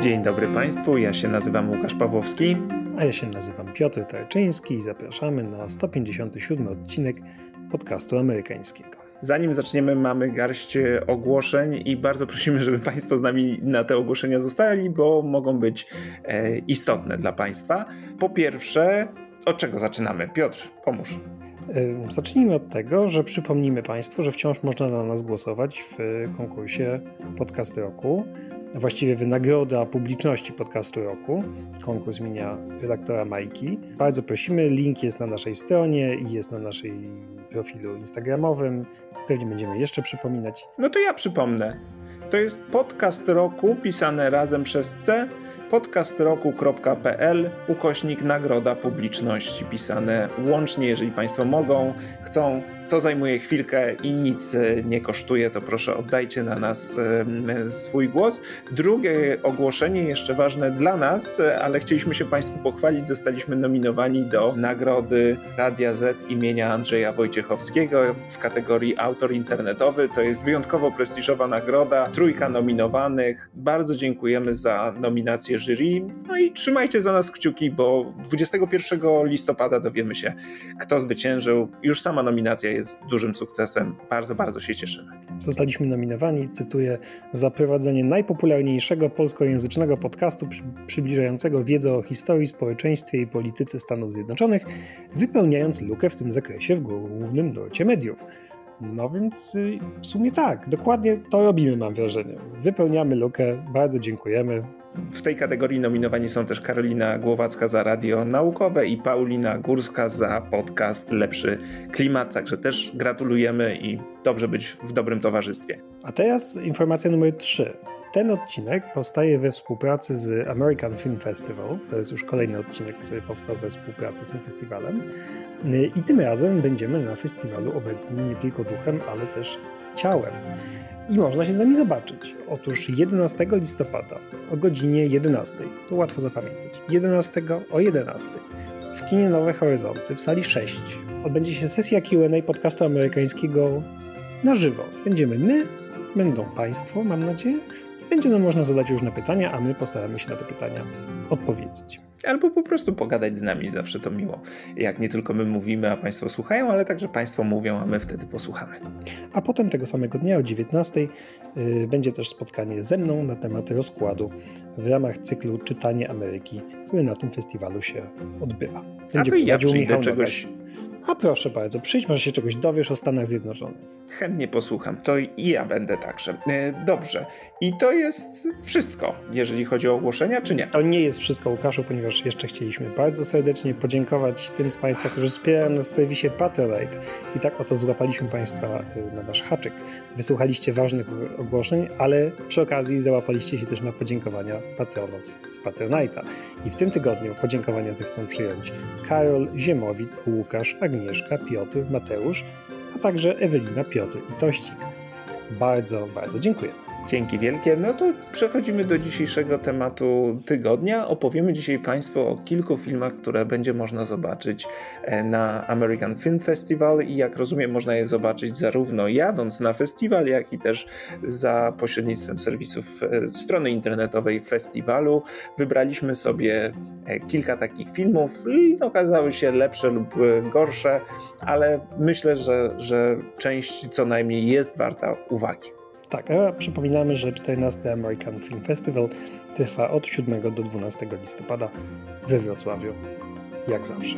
Dzień dobry Państwu, ja się nazywam Łukasz Pawłowski. A ja się nazywam Piotr Tarczyński i zapraszamy na 157 odcinek podcastu amerykańskiego. Zanim zaczniemy, mamy garść ogłoszeń i bardzo prosimy, żeby Państwo z nami na te ogłoszenia zostali, bo mogą być istotne dla Państwa. Po pierwsze, od czego zaczynamy? Piotr, pomóż. Zacznijmy od tego, że przypomnimy Państwu, że wciąż można na nas głosować w konkursie Podcast Roku. Właściwie wynagroda publiczności Podcastu Roku. Konkurs imienia redaktora Majki. Bardzo prosimy, link jest na naszej stronie i jest na naszej profilu instagramowym. Pewnie będziemy jeszcze przypominać. No to ja przypomnę. To jest Podcast Roku pisane razem przez C, podcastroku.pl /nagroda publiczności pisane łącznie, jeżeli Państwo mogą, chcą. To zajmuje chwilkę i nic nie kosztuje, to proszę oddajcie na nas swój głos. Drugie ogłoszenie, jeszcze ważne dla nas, ale chcieliśmy się Państwu pochwalić, zostaliśmy nominowani do nagrody Radia Z imienia Andrzeja Wojciechowskiego w kategorii autor internetowy. To jest wyjątkowo prestiżowa nagroda, 3 nominowanych. Bardzo dziękujemy za nominację jury. No i trzymajcie za nas kciuki, bo 21 listopada dowiemy się, kto zwyciężył. Już sama nominacja jest dużym sukcesem. Bardzo, bardzo się cieszymy. Zostaliśmy nominowani, cytuję, za prowadzenie najpopularniejszego polskojęzycznego podcastu przybliżającego wiedzę o historii, społeczeństwie i polityce Stanów Zjednoczonych, wypełniając lukę w tym zakresie w głównym nurcie mediów. No więc w sumie tak, dokładnie to robimy, mam wrażenie. Wypełniamy lukę, bardzo dziękujemy. W tej kategorii nominowani są też Karolina Głowacka za Radio Naukowe i Paulina Górska za podcast Lepszy Klimat, także też gratulujemy i dobrze być w dobrym towarzystwie. A teraz informacja numer 3. Ten odcinek powstaje we współpracy z American Film Festival. To jest już kolejny odcinek, który powstał we współpracy z tym festiwalem. I tym razem będziemy na festiwalu obecni nie tylko duchem, ale też ciałem. I można się z nami zobaczyć. Otóż 11 listopada o godzinie 11, to łatwo zapamiętać, 11 o 11 w kinie Nowe Horyzonty w sali 6 odbędzie się sesja Q&A podcastu amerykańskiego na żywo. Będziemy my, będą Państwo, mam nadzieję, i będzie nam można zadać różne pytania, a my postaramy się na te pytania odpowiedzieć. Albo po prostu pogadać z nami, zawsze to miło. Jak nie tylko my mówimy, a Państwo słuchają, ale także Państwo mówią, a my wtedy posłuchamy. A potem tego samego dnia o 19 będzie też spotkanie ze mną na temat rozkładu w ramach cyklu Czytanie Ameryki, który na tym festiwalu się odbywa. Będzie a to ja przyjdę czegoś... A proszę bardzo, przyjdź, może się czegoś dowiesz o Stanach Zjednoczonych. Chętnie posłucham, to i ja będę także. Dobrze, i to jest wszystko, jeżeli chodzi o ogłoszenia, czy nie? To nie jest wszystko, Łukaszu, ponieważ jeszcze chcieliśmy bardzo serdecznie podziękować tym z Państwa, którzy wspierają nas w serwisie Patronite. I tak oto złapaliśmy Państwa na nasz haczyk. Wysłuchaliście ważnych ogłoszeń, ale przy okazji załapaliście się też na podziękowania patronów z Patronite'a. I w tym tygodniu podziękowania zechcą przyjąć Karol, Ziemowit, Łukasz, Agnieszka, Piotr, Mateusz, a także Ewelina, Piotr i Tościk. Bardzo, bardzo dziękuję. Dzięki wielkie. No to przechodzimy do dzisiejszego tematu tygodnia. Opowiemy dzisiaj Państwu o kilku filmach, które będzie można zobaczyć na American Film Festival i jak rozumiem, można je zobaczyć zarówno jadąc na festiwal, jak i też za pośrednictwem serwisów strony internetowej festiwalu. Wybraliśmy sobie kilka takich filmów i okazały się lepsze lub gorsze, ale myślę, że część co najmniej jest warta uwagi. Tak, a przypominamy, że 14 American Film Festival trwa od 7 do 12 listopada we Wrocławiu, jak zawsze.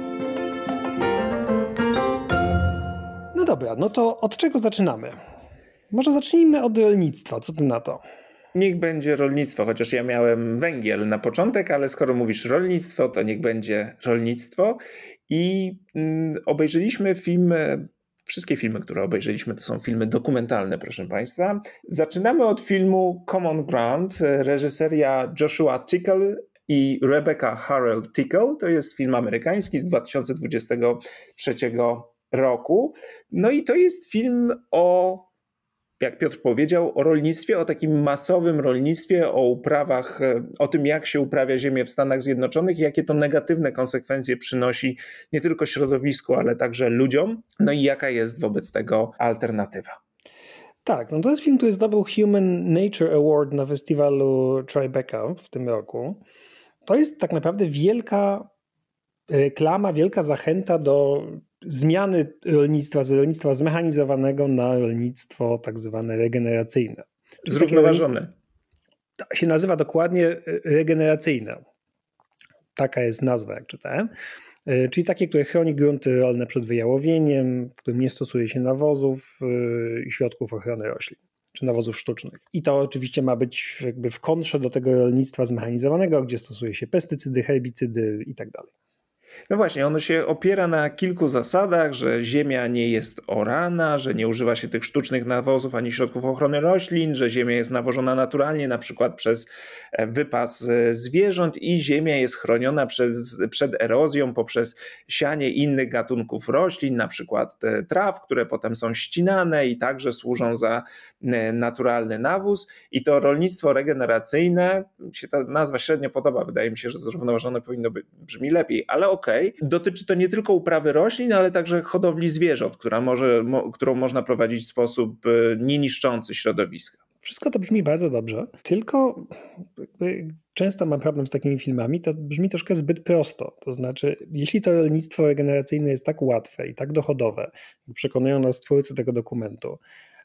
No dobra, no to od czego zaczynamy? Może zacznijmy od rolnictwa, co ty na to? Niech będzie rolnictwo, chociaż ja miałem węgiel na początek, ale skoro mówisz rolnictwo, to niech będzie rolnictwo. I obejrzeliśmy film... Wszystkie filmy, które obejrzeliśmy, to są filmy dokumentalne, proszę Państwa. Zaczynamy od filmu Common Ground, reżyseria Joshua Tickle i Rebecca Harrell Tickle. To jest film amerykański z 2023 roku. No i to jest film o, jak Piotr powiedział, o rolnictwie, o takim masowym rolnictwie, o uprawach, o tym, jak się uprawia ziemię w Stanach Zjednoczonych i jakie to negatywne konsekwencje przynosi nie tylko środowisku, ale także ludziom. No i jaka jest wobec tego alternatywa. Tak, no to jest film, który zdobył Human Nature Award na festiwalu Tribeca w tym roku. To jest tak naprawdę wielka reklama, wielka zachęta do zmiany rolnictwa z rolnictwa zmechanizowanego na rolnictwo tak zwane regeneracyjne. Zrównoważone. To się nazywa dokładnie regeneracyjne. Taka jest nazwa, jak czytałem. Czyli takie, które chroni grunty rolne przed wyjałowieniem, w którym nie stosuje się nawozów i środków ochrony roślin, czy nawozów sztucznych. I to oczywiście ma być jakby w kontrze do tego rolnictwa zmechanizowanego, gdzie stosuje się pestycydy, herbicydy i tak dalej. No właśnie, ono się opiera na kilku zasadach, że ziemia nie jest orana, że nie używa się tych sztucznych nawozów ani środków ochrony roślin, że ziemia jest nawożona naturalnie, na przykład przez wypas zwierząt i ziemia jest chroniona przed erozją poprzez sianie innych gatunków roślin, na przykład te traw, które potem są ścinane i także służą za naturalny nawóz. I to rolnictwo regeneracyjne, się ta nazwa średnio podoba, wydaje mi się, że zrównoważone powinno być, brzmi lepiej, ale dotyczy to nie tylko uprawy roślin, ale także hodowli zwierząt, którą można prowadzić w sposób nieniszczący środowiska. Wszystko to brzmi bardzo dobrze, tylko często mam problem z takimi filmami, to brzmi troszkę zbyt prosto. To znaczy, jeśli to rolnictwo regeneracyjne jest tak łatwe i tak dochodowe, przekonują nas twórcy tego dokumentu,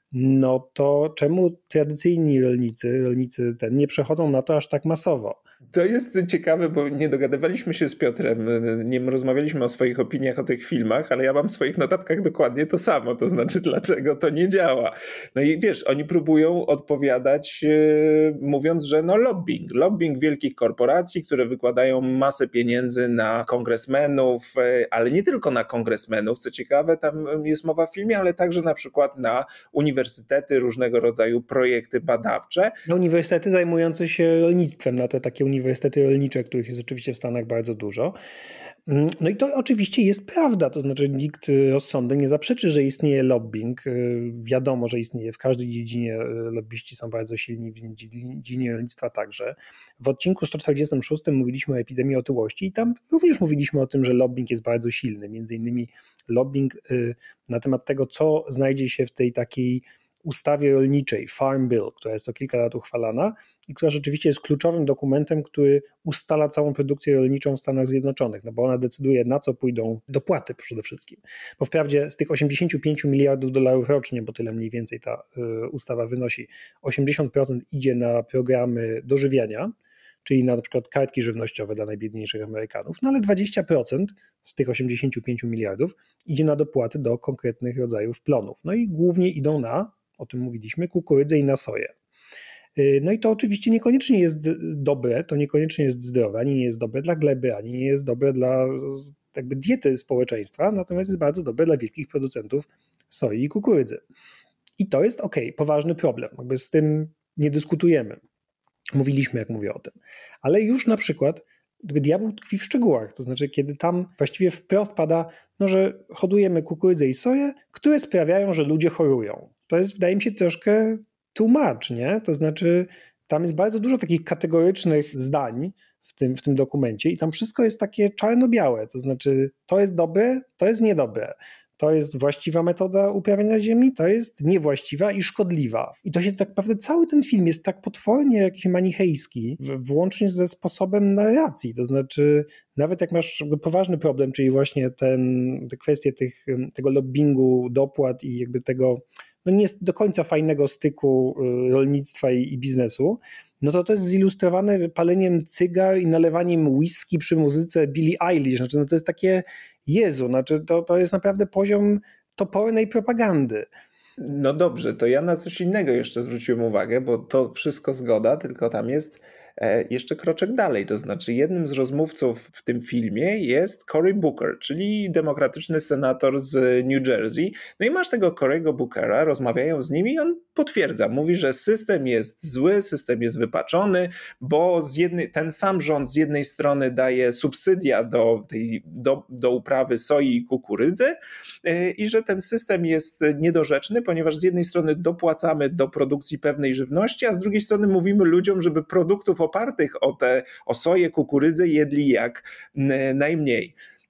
no to czemu tradycyjni rolnicy nie przechodzą na to aż tak masowo? To jest ciekawe, bo nie dogadywaliśmy się z Piotrem, nie rozmawialiśmy o swoich opiniach o tych filmach, ale ja mam w swoich notatkach dokładnie to samo, to znaczy dlaczego to nie działa. No i wiesz, oni próbują odpowiadać mówiąc, że no lobbying wielkich korporacji, które wykładają masę pieniędzy na kongresmenów, ale nie tylko na kongresmenów, co ciekawe, tam jest mowa w filmie, ale także na przykład na uniwersytety, różnego rodzaju projekty badawcze. Na uniwersytety zajmujące się rolnictwem, na te takie uniwersytety rolnicze, których jest oczywiście w Stanach bardzo dużo. No i to oczywiście jest prawda, to znaczy nikt rozsądny nie zaprzeczy, że istnieje lobbying. Wiadomo, że istnieje w każdej dziedzinie, lobbyści są bardzo silni, w dziedzinie rolnictwa także. W odcinku 146 mówiliśmy o epidemii otyłości i tam również mówiliśmy o tym, że lobbying jest bardzo silny. Między innymi lobbying na temat tego, co znajdzie się w tej takiej ustawie rolniczej, Farm Bill, która jest co kilka lat uchwalana i która rzeczywiście jest kluczowym dokumentem, który ustala całą produkcję rolniczą w Stanach Zjednoczonych, no bo ona decyduje, na co pójdą dopłaty przede wszystkim. Bo wprawdzie z tych 85 miliardów dolarów rocznie, bo tyle mniej więcej ta ustawa wynosi, 80% idzie na programy dożywiania, czyli na przykład kartki żywnościowe dla najbiedniejszych Amerykanów, no ale 20% z tych 85 miliardów idzie na dopłaty do konkretnych rodzajów plonów. No i głównie idą na, o tym mówiliśmy, kukurydzę i na soję. No i to oczywiście niekoniecznie jest dobre, to niekoniecznie jest zdrowe, ani nie jest dobre dla gleby, ani nie jest dobre dla jakby diety społeczeństwa, natomiast jest bardzo dobre dla wielkich producentów soi i kukurydzy. I to jest poważny problem, jakby z tym nie dyskutujemy. Mówiliśmy, jak mówię o tym. Ale już na przykład diabeł tkwi w szczegółach, to znaczy kiedy tam właściwie wprost pada, no, że hodujemy kukurydzę i soję, które sprawiają, że ludzie chorują. To jest, wydaje mi się, troszkę too much, nie? To znaczy tam jest bardzo dużo takich kategorycznych zdań w tym dokumencie i tam wszystko jest takie czarno-białe, to znaczy to jest dobre, to jest niedobre. To jest właściwa metoda uprawiania ziemi, to jest niewłaściwa i szkodliwa. I to się tak naprawdę, cały ten film jest tak potwornie jakiś manichejski, włącznie ze sposobem narracji. To znaczy, nawet jak masz poważny problem, czyli właśnie te kwestie tego lobbingu, dopłat i jakby tego no nie do końca fajnego styku rolnictwa i biznesu, no to jest zilustrowane paleniem cygar i nalewaniem whisky przy muzyce Billie Eilish. Znaczy, no to jest takie, Jezu, znaczy to jest naprawdę poziom topornej propagandy. No dobrze, to ja na coś innego jeszcze zwróciłem uwagę, bo to wszystko zgoda, tylko tam jest jeszcze kroczek dalej. To znaczy jednym z rozmówców w tym filmie jest Cory Booker, czyli demokratyczny senator z New Jersey. No i masz tego Cory'ego Bookera, rozmawiają z nim i on potwierdza. Mówi, że system jest zły, system jest wypaczony, bo ten sam rząd z jednej strony daje subsydia do uprawy soi i kukurydzy i że ten system jest niedorzeczny, ponieważ z jednej strony dopłacamy do produkcji pewnej żywności, a z drugiej strony mówimy ludziom, żeby produktów opartych o soję, kukurydzę jedli jak najmniej.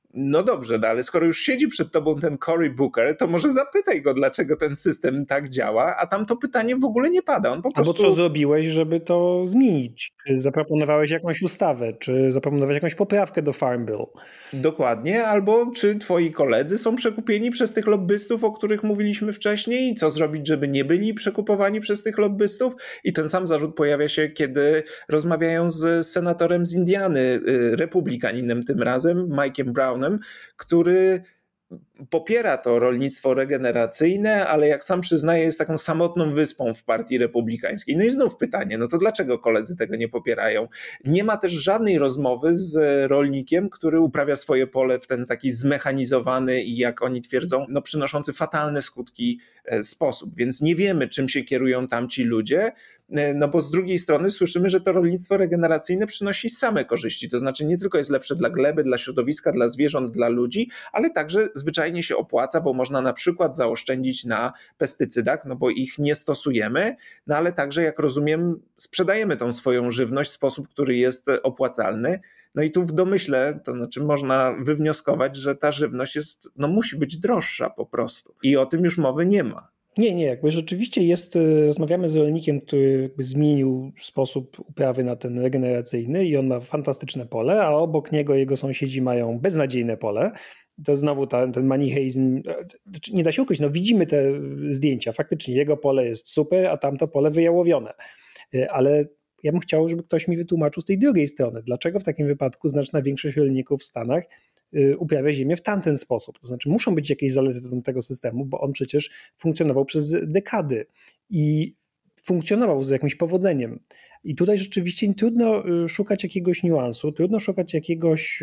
No dobrze, no ale skoro już siedzi przed tobą ten Cory Booker, to może zapytaj go, dlaczego ten system tak działa, a tam to pytanie w ogóle nie pada. On po Albo prostu... co zrobiłeś, żeby to zmienić? Czy zaproponowałeś jakąś ustawę? Czy zaproponowałeś jakąś poprawkę do Farm Bill? Dokładnie, albo czy twoi koledzy są przekupieni przez tych lobbystów, o których mówiliśmy wcześniej i co zrobić, żeby nie byli przekupowani przez tych lobbystów? I ten sam zarzut pojawia się, kiedy rozmawiają z senatorem z Indiany, republikaninem tym razem, Mike'em Brownem, który popiera to rolnictwo regeneracyjne, ale jak sam przyznaje, jest taką samotną wyspą w partii republikańskiej. No i znów pytanie, no to dlaczego koledzy tego nie popierają? Nie ma też żadnej rozmowy z rolnikiem, który uprawia swoje pole w ten taki zmechanizowany i jak oni twierdzą, no przynoszący fatalne skutki sposób. Więc nie wiemy, czym się kierują tamci ludzie, no bo z drugiej strony słyszymy, że to rolnictwo regeneracyjne przynosi same korzyści, to znaczy nie tylko jest lepsze dla gleby, dla środowiska, dla zwierząt, dla ludzi, ale także zwyczajnie się opłaca, bo można na przykład zaoszczędzić na pestycydach, no bo ich nie stosujemy, no ale także jak rozumiem sprzedajemy tą swoją żywność w sposób, który jest opłacalny. No i tu w domyśle, to znaczy można wywnioskować, że ta żywność jest, no musi być droższa po prostu i o tym już mowy nie ma. Nie, jakby rzeczywiście rozmawiamy z rolnikiem, który jakby zmienił sposób uprawy na ten regeneracyjny i on ma fantastyczne pole, a obok niego jego sąsiedzi mają beznadziejne pole. To znowu ten manicheizm, nie da się ukryć, no widzimy te zdjęcia, faktycznie jego pole jest super, a tamto pole wyjałowione, ale ja bym chciał, żeby ktoś mi wytłumaczył z tej drugiej strony, dlaczego w takim wypadku znaczna większość rolników w Stanach uprawia ziemię w tamten sposób. To znaczy muszą być jakieś zalety tego systemu, bo on przecież funkcjonował przez dekady i funkcjonował z jakimś powodzeniem. I tutaj rzeczywiście trudno szukać jakiegoś niuansu, trudno szukać jakiegoś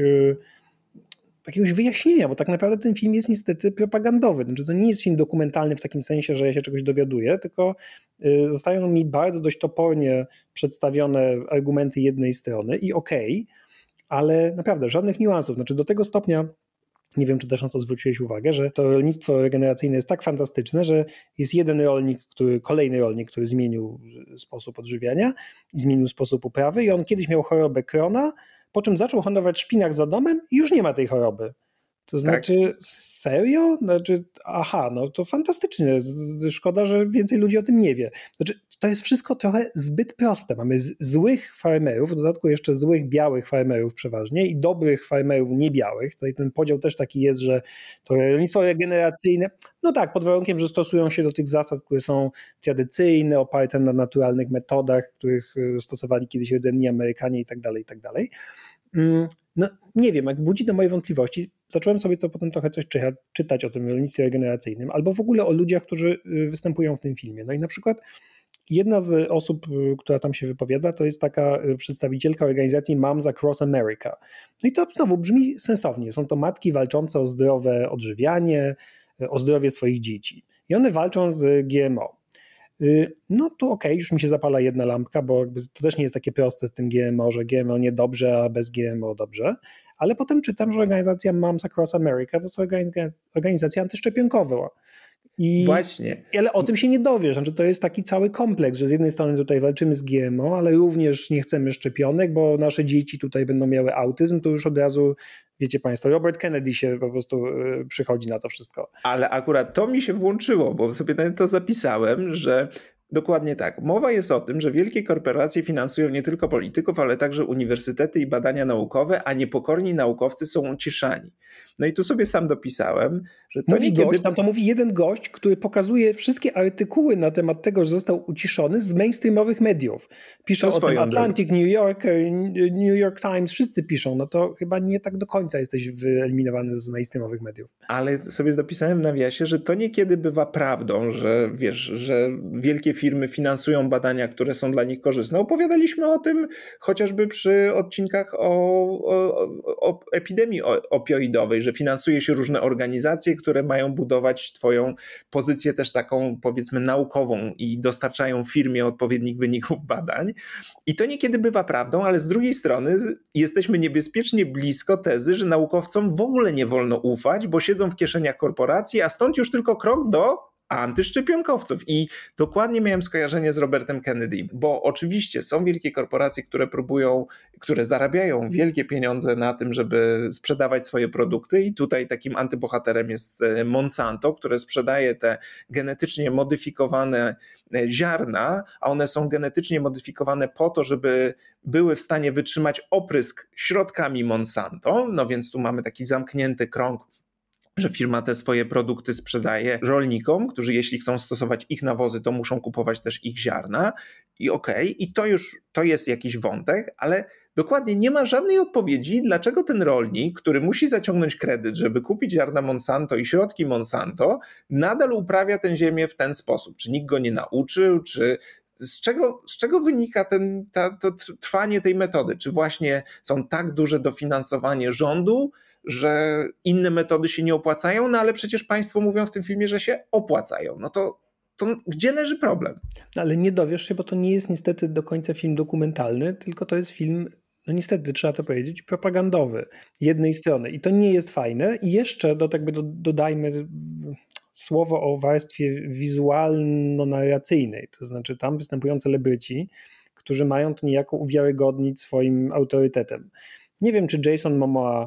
wyjaśnienia, bo tak naprawdę ten film jest niestety propagandowy. Znaczy to nie jest film dokumentalny w takim sensie, że ja się czegoś dowiaduję, tylko zostają mi bardzo dość topornie przedstawione argumenty jednej strony i okej, ale naprawdę żadnych niuansów. Znaczy do tego stopnia, nie wiem, czy też na to zwróciłeś uwagę, że to rolnictwo regeneracyjne jest tak fantastyczne, że jest jeden rolnik, kolejny rolnik, który zmienił sposób odżywiania i zmienił sposób uprawy i on kiedyś miał chorobę Crohna, po czym zaczął honować szpinak za domem i już nie ma tej choroby. To znaczy, tak. Serio? Znaczy, aha, no to fantastycznie. Szkoda, że więcej ludzi o tym nie wie. Znaczy, to jest wszystko trochę zbyt proste. Mamy złych farmerów, w dodatku jeszcze złych białych farmerów przeważnie i dobrych farmerów niebiałych. Tutaj ten podział też taki jest, że to rolnictwo regeneracyjne, no tak, pod warunkiem, że stosują się do tych zasad, które są tradycyjne, oparte na naturalnych metodach, których stosowali kiedyś rdzenni Amerykanie i tak dalej. No nie wiem, jak budzi to moje wątpliwości, zacząłem sobie potem trochę coś czytać o tym rolnictwie regeneracyjnym, albo w ogóle o ludziach, którzy występują w tym filmie. No i na przykład jedna z osób, która tam się wypowiada, to jest taka przedstawicielka organizacji Moms Across America. No i to znowu brzmi sensownie. Są to matki walczące o zdrowe odżywianie, o zdrowie swoich dzieci. I one walczą z GMO. No to okej, już mi się zapala jedna lampka, bo jakby to też nie jest takie proste z tym GMO, że GMO niedobrze, a bez GMO dobrze, ale potem czytam, że organizacja Moms Across America to jest organizacja antyszczepionkowa. Właśnie. Ale o tym się nie dowiesz, znaczy to jest taki cały kompleks, że z jednej strony tutaj walczymy z GMO, ale również nie chcemy szczepionek, bo nasze dzieci tutaj będą miały autyzm, to już od razu, wiecie Państwo, Robert Kennedy się po prostu przychodzi na to wszystko. Ale akurat to mi się włączyło, bo sobie to zapisałem, że dokładnie tak. Mowa jest o tym, że wielkie korporacje finansują nie tylko polityków, ale także uniwersytety i badania naukowe, a niepokorni naukowcy są uciszani. No i tu sobie sam dopisałem, że to Tam to mówi jeden gość, który pokazuje wszystkie artykuły na temat tego, że został uciszony z mainstreamowych mediów. Piszą o tym Atlantic, New York Times, wszyscy piszą. No to chyba nie tak do końca jesteś wyeliminowany z mainstreamowych mediów. Ale sobie dopisałem w nawiasie, że to niekiedy bywa prawdą, że wiesz, że wielkie firmy finansują badania, które są dla nich korzystne. Opowiadaliśmy o tym chociażby przy odcinkach o epidemii opioidowej, że finansuje się różne organizacje, które mają budować twoją pozycję też taką powiedzmy naukową i dostarczają firmie odpowiednich wyników badań. I to niekiedy bywa prawdą, ale z drugiej strony jesteśmy niebezpiecznie blisko tezy, że naukowcom w ogóle nie wolno ufać, bo siedzą w kieszeniach korporacji, a stąd już tylko krok do antyszczepionkowców. I dokładnie miałem skojarzenie z Robertem Kennedy, bo oczywiście są wielkie korporacje, które zarabiają wielkie pieniądze na tym, żeby sprzedawać swoje produkty i tutaj takim antybohaterem jest Monsanto, które sprzedaje te genetycznie modyfikowane ziarna, a one są genetycznie modyfikowane po to, żeby były w stanie wytrzymać oprysk środkami Monsanto, no więc tu mamy taki zamknięty krąg, że firma te swoje produkty sprzedaje rolnikom, którzy jeśli chcą stosować ich nawozy, to muszą kupować też ich ziarna i okej, to jest jakiś wątek, ale dokładnie nie ma żadnej odpowiedzi, dlaczego ten rolnik, który musi zaciągnąć kredyt, żeby kupić ziarna Monsanto i środki Monsanto, nadal uprawia tę ziemię w ten sposób. Czy nikt go nie nauczył, czy z czego wynika to trwanie tej metody? Czy właśnie są tak duże dofinansowanie rządu, że inne metody się nie opłacają, no ale przecież państwo mówią w tym filmie, że się opłacają. No to gdzie leży problem? Ale nie dowiesz się, bo to nie jest niestety do końca film dokumentalny, tylko to jest film, no niestety trzeba to powiedzieć, propagandowy jednej strony. I to nie jest fajne. I jeszcze dodajmy słowo o warstwie wizualno-narracyjnej, to znaczy tam występują celebryci, którzy mają to niejako uwiarygodnić swoim autorytetem. Nie wiem, czy Jason Momoa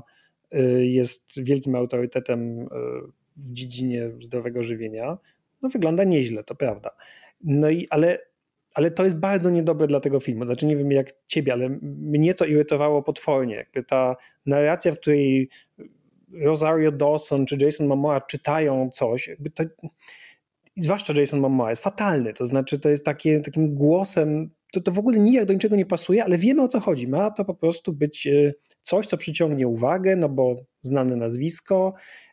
jest wielkim autorytetem w dziedzinie zdrowego żywienia. No wygląda nieźle, to prawda. No i ale to jest bardzo niedobre dla tego filmu. Znaczy nie wiem jak ciebie, ale mnie to irytowało potwornie. Jakby ta narracja, w której Rosario Dawson czy Jason Momoa czytają coś, jakby to, zwłaszcza Jason Momoa, jest fatalny. To znaczy to jest takim głosem, to w ogóle nijak do niczego nie pasuje, ale wiemy o co chodzi. Ma to po prostu być coś, co przyciągnie uwagę, no bo znane nazwisko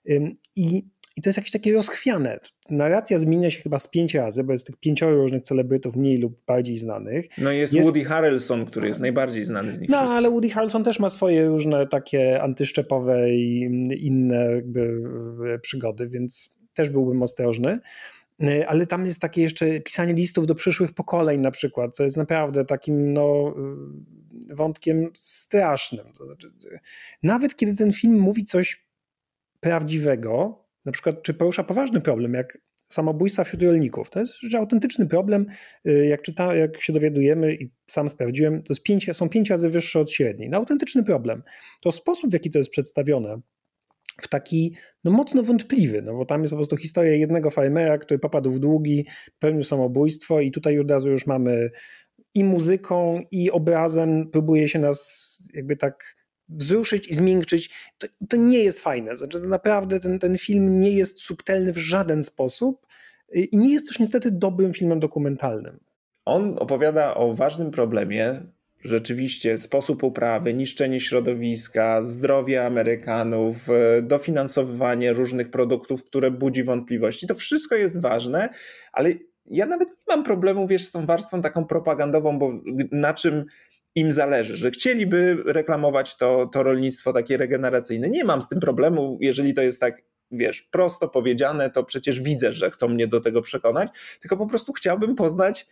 i to jest jakieś takie rozchwiane. Narracja zmienia się chyba z 5 razy, bo jest tych 5 różnych celebrytów mniej lub bardziej znanych. No jest Woody Harrelson, który jest najbardziej znany z nich wszystkich. Ale Woody Harrelson też ma swoje różne takie antyszczepowe i inne jakby przygody, więc też byłbym ostrożny. Ale tam jest takie jeszcze pisanie listów do przyszłych pokoleń na przykład, co jest naprawdę takim wątkiem strasznym. To znaczy, nawet kiedy ten film mówi coś prawdziwego, na przykład czy porusza poważny problem, jak samobójstwa wśród rolników, to jest że autentyczny problem, jak się dowiadujemy i sam sprawdziłem, to jest są 5 razy wyższe od średniej. No, autentyczny problem. To sposób, w jaki to jest przedstawione, w taki mocno wątpliwy, no bo tam jest po prostu historia jednego farmera, który popadł w długi, popełnił samobójstwo i tutaj od razu już mamy i muzyką, i obrazem próbuje się nas jakby tak wzruszyć i zmiękczyć. To nie jest fajne. Znaczy, naprawdę ten film nie jest subtelny w żaden sposób i nie jest też niestety dobrym filmem dokumentalnym. On opowiada o ważnym problemie, rzeczywiście sposób uprawy, niszczenie środowiska, zdrowie Amerykanów, dofinansowywanie różnych produktów, które budzi wątpliwości. To wszystko jest ważne, ale ja nawet nie mam problemu, z tą warstwą taką propagandową, bo na czym im zależy, że chcieliby reklamować to rolnictwo takie regeneracyjne. Nie mam z tym problemu, jeżeli to jest tak, prosto powiedziane, to przecież widzę, że chcą mnie do tego przekonać, tylko po prostu chciałbym poznać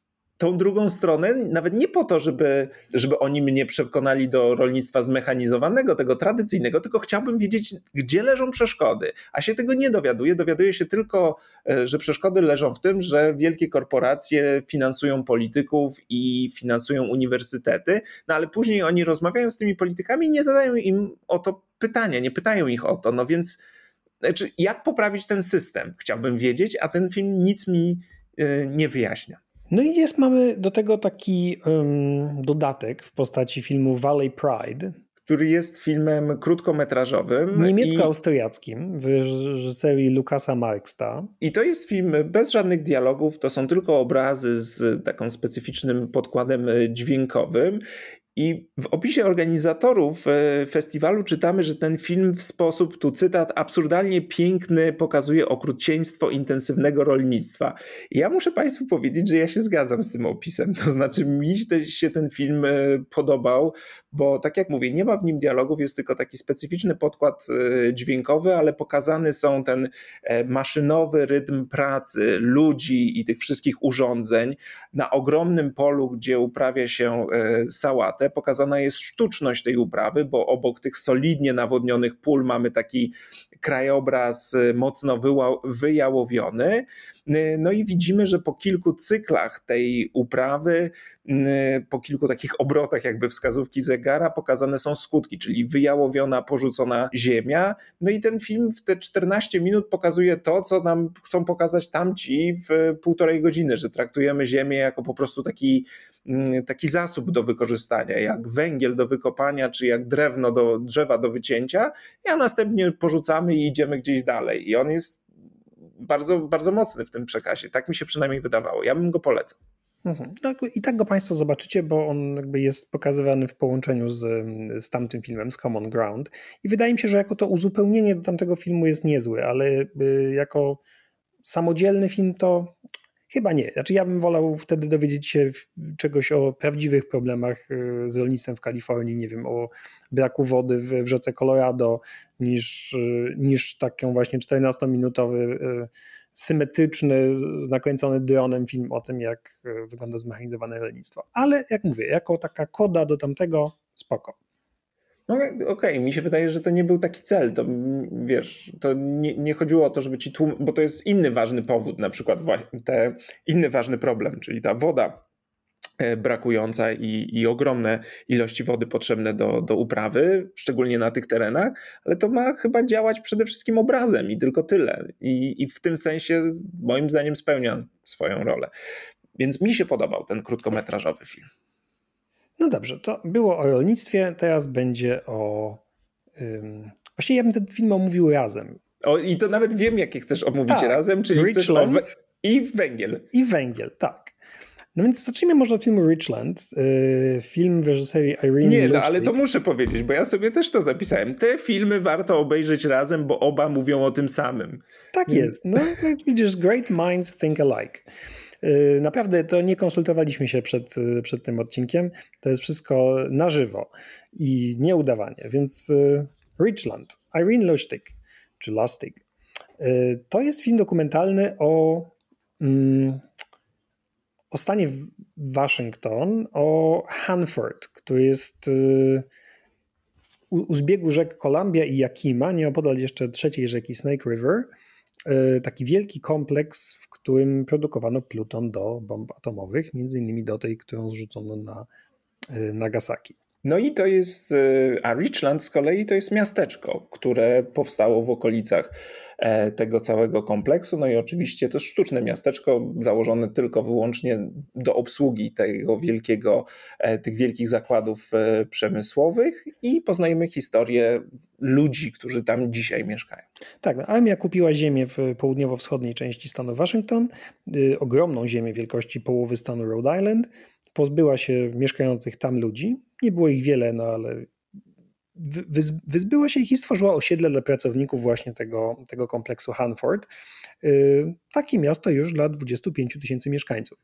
tą drugą stronę, nawet nie po to, żeby oni mnie przekonali do rolnictwa zmechanizowanego, tego tradycyjnego, tylko chciałbym wiedzieć, gdzie leżą przeszkody. A się tego nie dowiaduję. Dowiaduję się tylko, że przeszkody leżą w tym, że wielkie korporacje finansują polityków i finansują uniwersytety, no ale później oni rozmawiają z tymi politykami i nie zadają im o to pytania, nie pytają ich o to. No więc jak poprawić ten system? Chciałbym wiedzieć, a ten film nic mi nie wyjaśnia. No i mamy do tego taki dodatek w postaci filmu Valley Pride, który jest filmem krótkometrażowym. Niemiecko-austriackim w reżyserii Lukasa Marksta. I to jest film bez żadnych dialogów, to są tylko obrazy z taką specyficznym podkładem dźwiękowym. I w opisie organizatorów festiwalu czytamy, że ten film w sposób, tu cytat, absurdalnie piękny pokazuje okrucieństwo intensywnego rolnictwa. I ja muszę Państwu powiedzieć, że ja się zgadzam z tym opisem. To znaczy mi się ten film podobał, bo tak jak mówię, nie ma w nim dialogów, jest tylko taki specyficzny podkład dźwiękowy, ale pokazany są ten maszynowy rytm pracy ludzi i tych wszystkich urządzeń na ogromnym polu, gdzie uprawia się sałatę. bogate. Pokazana jest sztuczność tej uprawy, bo obok tych solidnie nawodnionych pól mamy taki krajobraz mocno wyjałowiony. No i widzimy, że po kilku cyklach tej uprawy, po kilku takich obrotach jakby wskazówki zegara pokazane są skutki, czyli wyjałowiona, porzucona ziemia. No i ten film w te 14 minut pokazuje to, co nam chcą pokazać tamci w 1,5 godziny, że traktujemy ziemię jako po prostu taki zasób do wykorzystania, jak węgiel do wykopania, czy jak drzewa do wycięcia, a następnie porzucamy i idziemy gdzieś dalej. I on jest bardzo, bardzo mocny w tym przekazie. Tak mi się przynajmniej wydawało. Ja bym go polecał. No, i tak go Państwo zobaczycie, bo on jakby jest pokazywany w połączeniu z tamtym filmem, z Common Ground. I wydaje mi się, że jako to uzupełnienie do tamtego filmu jest niezły, ale jako samodzielny film to chyba nie. Znaczy ja bym wolał wtedy dowiedzieć się czegoś o prawdziwych problemach z rolnictwem w Kalifornii, nie wiem, o braku wody w rzece Colorado, niż taką właśnie 14-minutowy, symetryczny, nakręcony dronem film o tym, jak wygląda zmechanizowane rolnictwo. Ale jak mówię, jako taka koda do tamtego, spoko. No okej, mi się wydaje, że to nie był taki cel, to wiesz, to nie chodziło o to, żeby ci bo to jest inny ważny powód, na przykład inny ważny problem, czyli ta woda brakująca i ogromne ilości wody potrzebne do uprawy, szczególnie na tych terenach, ale to ma chyba działać przede wszystkim obrazem i tylko tyle. I w tym sensie moim zdaniem spełnia swoją rolę. Więc mi się podobał ten krótkometrażowy film. No dobrze, to było o rolnictwie, teraz będzie o... Właściwie ja bym ten film omówił razem. I to nawet wiem, jakie chcesz omówić razem, czyli Richland, chcesz i węgiel. I węgiel, tak. No więc zacznijmy może od filmu Richland, film w reżyserii Irene Nie, Luchtig. ale to muszę powiedzieć, bo ja sobie też to zapisałem. Te filmy warto obejrzeć razem, bo oba mówią o tym samym. Tak jest. No widzisz, great minds think alike. Naprawdę to nie konsultowaliśmy się przed tym odcinkiem. To jest wszystko na żywo i nieudawanie. Więc Richland, Irene Luchtig, czy Lustig. To jest film dokumentalny o stanie Waszyngton, o Hanford, który jest u zbiegu rzek Columbia i Yakima, nieopodal jeszcze trzeciej rzeki Snake River. Taki wielki kompleks, w którym produkowano pluton do bomb atomowych, między innymi do tej, którą zrzucono na Nagasaki. No i to jest, a Richland z kolei to jest miasteczko, które powstało w okolicach tego całego kompleksu. No i oczywiście to sztuczne miasteczko założone tylko wyłącznie do obsługi tych wielkich zakładów przemysłowych i poznajemy historię ludzi, którzy tam dzisiaj mieszkają. Tak, no, armia kupiła ziemię w południowo-wschodniej części stanu Waszyngton, ogromną ziemię wielkości połowy stanu Rhode Island, pozbyła się mieszkających tam ludzi. Nie było ich wiele, no ale wyzbyła się ich i stworzyła osiedle dla pracowników właśnie tego kompleksu Hanford. Takie miasto już dla 25 000 mieszkańców.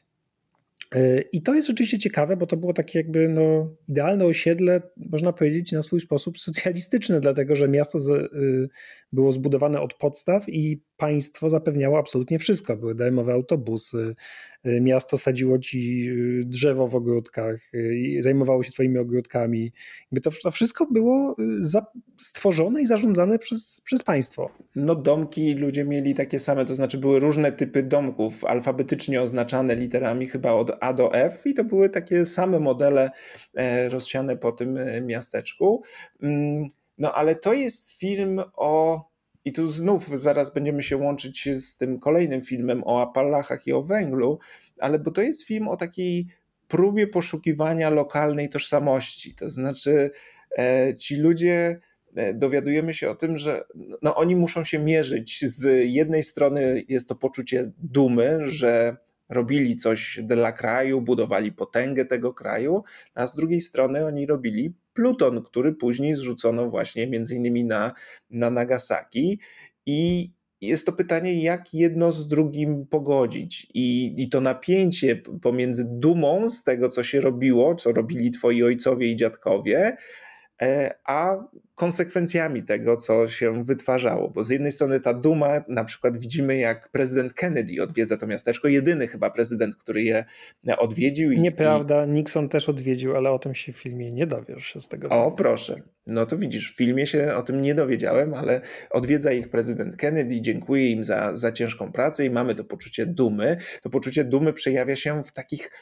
I to jest rzeczywiście ciekawe, bo to było takie jakby idealne osiedle, można powiedzieć, na swój sposób socjalistyczne, dlatego że miasto było zbudowane od podstaw i państwo zapewniało absolutnie wszystko. Były darmowe autobusy, miasto sadziło ci drzewo w ogródkach, zajmowało się twoimi ogródkami. To wszystko było stworzone i zarządzane przez państwo. No domki ludzie mieli takie same, to znaczy były różne typy domków, alfabetycznie oznaczane literami chyba od A do F i to były takie same modele rozsiane po tym miasteczku. No ale to jest film i tu znów zaraz będziemy się łączyć z tym kolejnym filmem o Appalachach i o węglu, bo to jest film o takiej próbie poszukiwania lokalnej tożsamości. To znaczy ci ludzie, dowiadujemy się o tym, że oni muszą się mierzyć. Z jednej strony jest to poczucie dumy, że robili coś dla kraju, budowali potęgę tego kraju, a z drugiej strony oni robili pluton, który później zrzucono właśnie między innymi na Nagasaki i jest to pytanie, jak jedno z drugim pogodzić i to napięcie pomiędzy dumą z tego, co się robiło, co robili twoi ojcowie i dziadkowie, a konsekwencjami tego, co się wytwarzało. Bo z jednej strony ta duma, na przykład widzimy, jak prezydent Kennedy odwiedza to miasteczko, jedyny chyba prezydent, który je odwiedził. Nieprawda, Nixon też odwiedził, ale o tym się w filmie nie dowiesz się z tego. O, proszę. No to widzisz, w filmie się o tym nie dowiedziałem, ale odwiedza ich prezydent Kennedy, dziękuję im za ciężką pracę i mamy to poczucie dumy. To poczucie dumy przejawia się w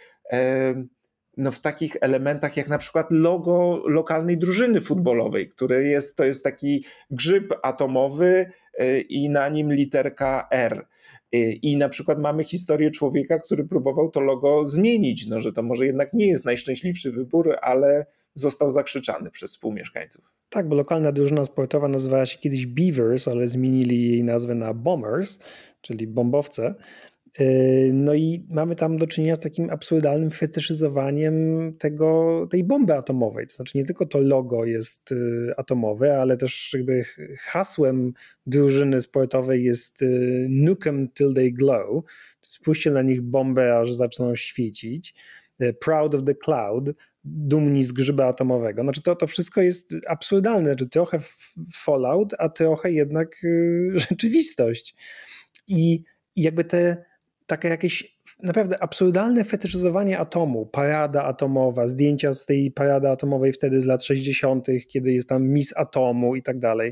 takich elementach jak na przykład logo lokalnej drużyny futbolowej, to jest taki grzyb atomowy i na nim literka R. I na przykład mamy historię człowieka, który próbował to logo zmienić, że to może jednak nie jest najszczęśliwszy wybór, ale został zakrzyczany przez współmieszkańców. Tak, bo lokalna drużyna sportowa nazywała się kiedyś Beavers, ale zmienili jej nazwę na Bombers, czyli bombowce. No i mamy tam do czynienia z takim absurdalnym fetyszyzowaniem tej bomby atomowej. To znaczy nie tylko to logo jest atomowe, ale też jakby hasłem drużyny sportowej jest nuke 'em till they glow. Spójrzcie na nich bombę, aż zaczną świecić. Proud of the cloud, dumni z grzyba atomowego. Znaczy to wszystko jest absurdalne, znaczy trochę Fallout, a trochę jednak rzeczywistość. I jakby takie jakieś naprawdę absurdalne fetyszyzowanie atomu, parada atomowa, zdjęcia z tej parady atomowej wtedy z lat 60., kiedy jest tam Miss Atomu i tak dalej.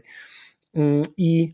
I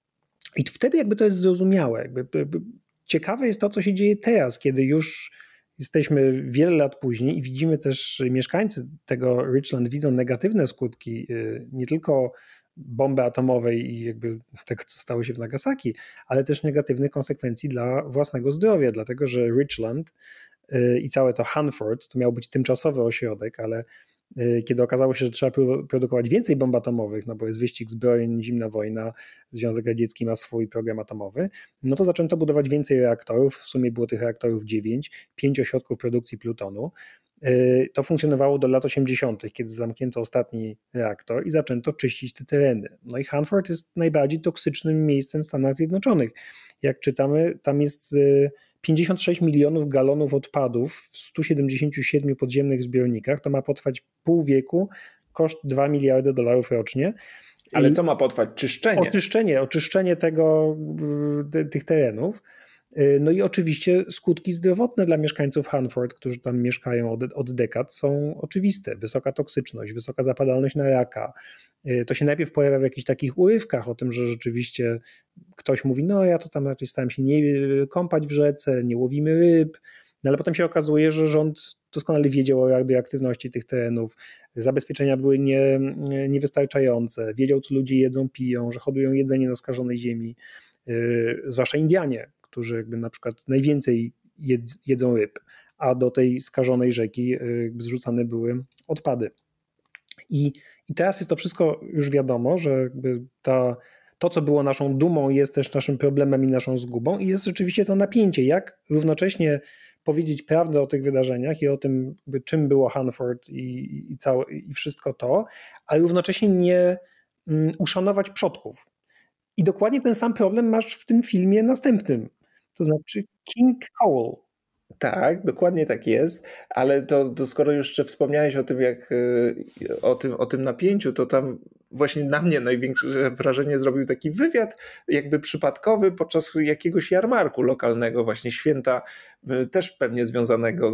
wtedy jakby to jest zrozumiałe. Ciekawe jest to, co się dzieje teraz, kiedy już jesteśmy wiele lat później i widzimy też, mieszkańcy tego Richland widzą negatywne skutki nie tylko bomby atomowej i jakby tego, co stało się w Nagasaki, ale też negatywnych konsekwencji dla własnego zdrowia, dlatego że Richland i całe to Hanford to miał być tymczasowy ośrodek, ale kiedy okazało się, że trzeba produkować więcej bomb atomowych, no bo jest wyścig zbrojeń, zimna wojna, Związek Radziecki ma swój program atomowy, no to zaczęto budować więcej reaktorów, w sumie było tych reaktorów 9, 5 ośrodków produkcji plutonu. To funkcjonowało do lat 80., kiedy zamknięto ostatni reaktor i zaczęto czyścić te tereny. No i Hanford jest najbardziej toksycznym miejscem w Stanach Zjednoczonych. Jak czytamy, tam jest 56 milionów galonów odpadów w 177 podziemnych zbiornikach. To ma potrwać pół wieku, koszt $2 miliardy rocznie. Ale co ma potrwać? Czyszczenie? Oczyszczenie tych terenów. No i oczywiście skutki zdrowotne dla mieszkańców Hanford, którzy tam mieszkają od dekad, są oczywiste. Wysoka toksyczność, wysoka zapadalność na raka. To się najpierw pojawia w jakichś takich urywkach o tym, że rzeczywiście ktoś mówi, no ja to tam raczej starałem się nie kąpać w rzece, nie łowimy ryb, no ale potem się okazuje, że rząd doskonale wiedział o radioaktywności tych terenów, zabezpieczenia były niewystarczające, wiedział, co ludzie jedzą, piją, że hodują jedzenie na skażonej ziemi, zwłaszcza Indianie, którzy jakby na przykład najwięcej jedzą ryb, a do tej skażonej rzeki zrzucane były odpady. I teraz jest to wszystko już wiadomo, że jakby to, co było naszą dumą, jest też naszym problemem i naszą zgubą i jest rzeczywiście to napięcie, jak równocześnie powiedzieć prawdę o tych wydarzeniach i o tym, czym było Hanford i wszystko to, ale równocześnie nie uszanować przodków. I dokładnie ten sam problem masz w tym filmie następnym, to znaczy King Coal. Tak, dokładnie tak jest, ale to skoro jeszcze wspomniałeś o tym, o tym napięciu, to tam właśnie na mnie największe wrażenie zrobił taki wywiad jakby przypadkowy podczas jakiegoś jarmarku lokalnego, właśnie święta też pewnie związanego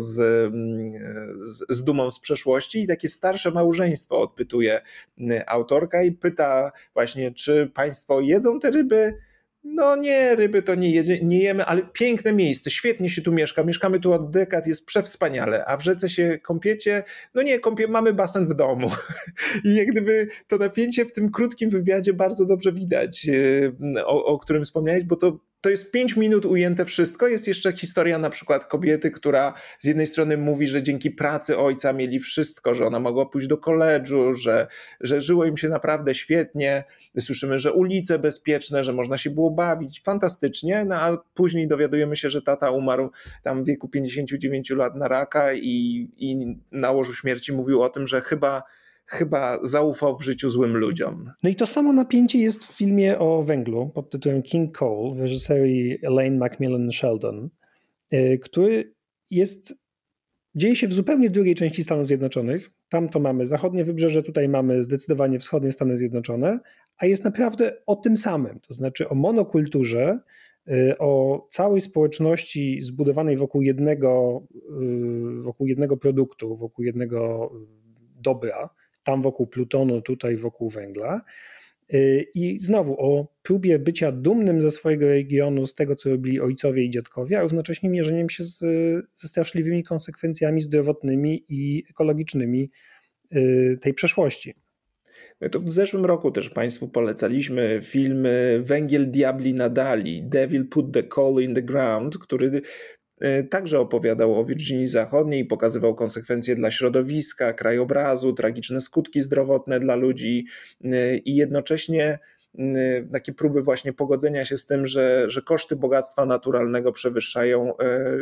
z dumą z przeszłości i takie starsze małżeństwo odpytuje autorka i pyta właśnie, czy państwo jedzą te ryby? No nie, ryby to nie jemy, ale piękne miejsce, świetnie się tu mieszka, mieszkamy tu od dekad, jest przewspaniale, a w rzece się kąpiecie? No nie, mamy basen w domu. I jak gdyby to napięcie w tym krótkim wywiadzie bardzo dobrze widać, o którym wspomniałeś, bo to jest w 5 minut ujęte wszystko. Jest jeszcze historia na przykład kobiety, która z jednej strony mówi, że dzięki pracy ojca mieli wszystko, że ona mogła pójść do koledżu, że żyło im się naprawdę świetnie. Słyszymy, że ulice bezpieczne, że można się było bawić. Fantastycznie, no a później dowiadujemy się, że tata umarł tam w wieku 59 lat na raka i na łożu śmierci mówił o tym, że chyba zaufał w życiu złym ludziom. No i to samo napięcie jest w filmie o węglu pod tytułem King Coal w reżyserii Elaine Macmillan Sheldon, który dzieje się w zupełnie drugiej części Stanów Zjednoczonych, Tam to mamy zachodnie wybrzeże, tutaj mamy zdecydowanie wschodnie Stany Zjednoczone, a jest naprawdę o tym samym, to znaczy o monokulturze, o całej społeczności zbudowanej wokół jednego produktu, wokół jednego dobra, tam wokół plutonu, tutaj wokół węgla. I znowu o próbie bycia dumnym ze swojego regionu, z tego, co robili ojcowie i dziadkowie, a równocześnie mierzeniem się ze straszliwymi konsekwencjami zdrowotnymi i ekologicznymi tej przeszłości. No to w zeszłym roku też Państwu polecaliśmy film Węgiel diabli nadali, Devil put the coal in the ground, który także opowiadał o Wirginii Zachodniej i pokazywał konsekwencje dla środowiska, krajobrazu, tragiczne skutki zdrowotne dla ludzi i jednocześnie takie próby właśnie pogodzenia się z tym, że koszty bogactwa naturalnego przewyższają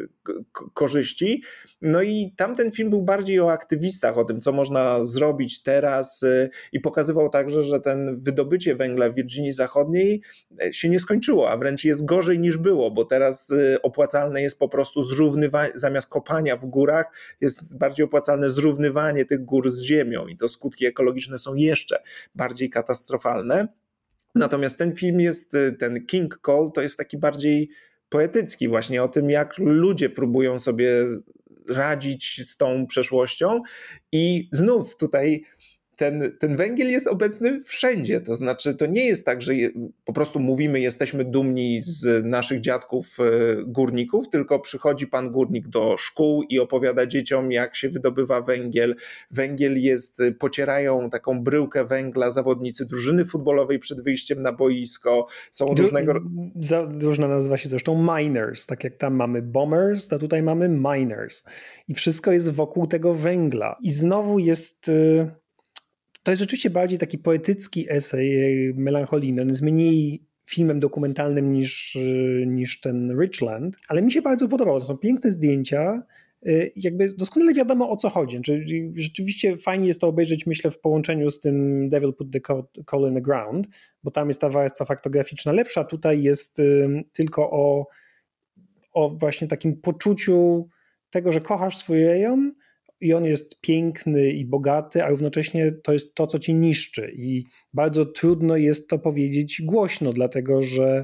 korzyści. No i tamten film był bardziej o aktywistach, o tym, co można zrobić teraz i pokazywał także, że ten wydobycie węgla w Wirginii Zachodniej się nie skończyło, a wręcz jest gorzej niż było, bo teraz opłacalne jest po prostu zrównywanie, zamiast kopania w górach, jest bardziej opłacalne zrównywanie tych gór z ziemią i to skutki ekologiczne są jeszcze bardziej katastrofalne. Natomiast ten film jest, ten King Cole, to jest taki bardziej poetycki właśnie o tym, jak ludzie próbują sobie radzić z tą przeszłością i znów tutaj ten węgiel jest obecny wszędzie, to znaczy to nie jest tak, że po prostu mówimy, jesteśmy dumni z naszych dziadków górników, tylko przychodzi pan górnik do szkół i opowiada dzieciom, jak się wydobywa węgiel. Węgiel jest, pocierają taką bryłkę węgla zawodnicy drużyny futbolowej przed wyjściem na boisko, są różnego... Drużyna nazywa się zresztą miners, tak jak tam mamy bombers, a tutaj mamy miners i wszystko jest wokół tego węgla i znowu jest... To jest rzeczywiście bardziej taki poetycki esej melancholijny. On jest mniej filmem dokumentalnym niż ten Richland, ale mi się bardzo podobał. To są piękne zdjęcia, jakby doskonale wiadomo, o co chodzi. Czyli rzeczywiście fajnie jest to obejrzeć, myślę, w połączeniu z tym Devil Put the Coal in the Ground, bo tam jest ta warstwa faktograficzna lepsza. Tutaj jest tylko o właśnie takim poczuciu tego, że kochasz swój rejon, i on jest piękny i bogaty, a równocześnie to jest to, co cię niszczy. I bardzo trudno jest to powiedzieć głośno, dlatego że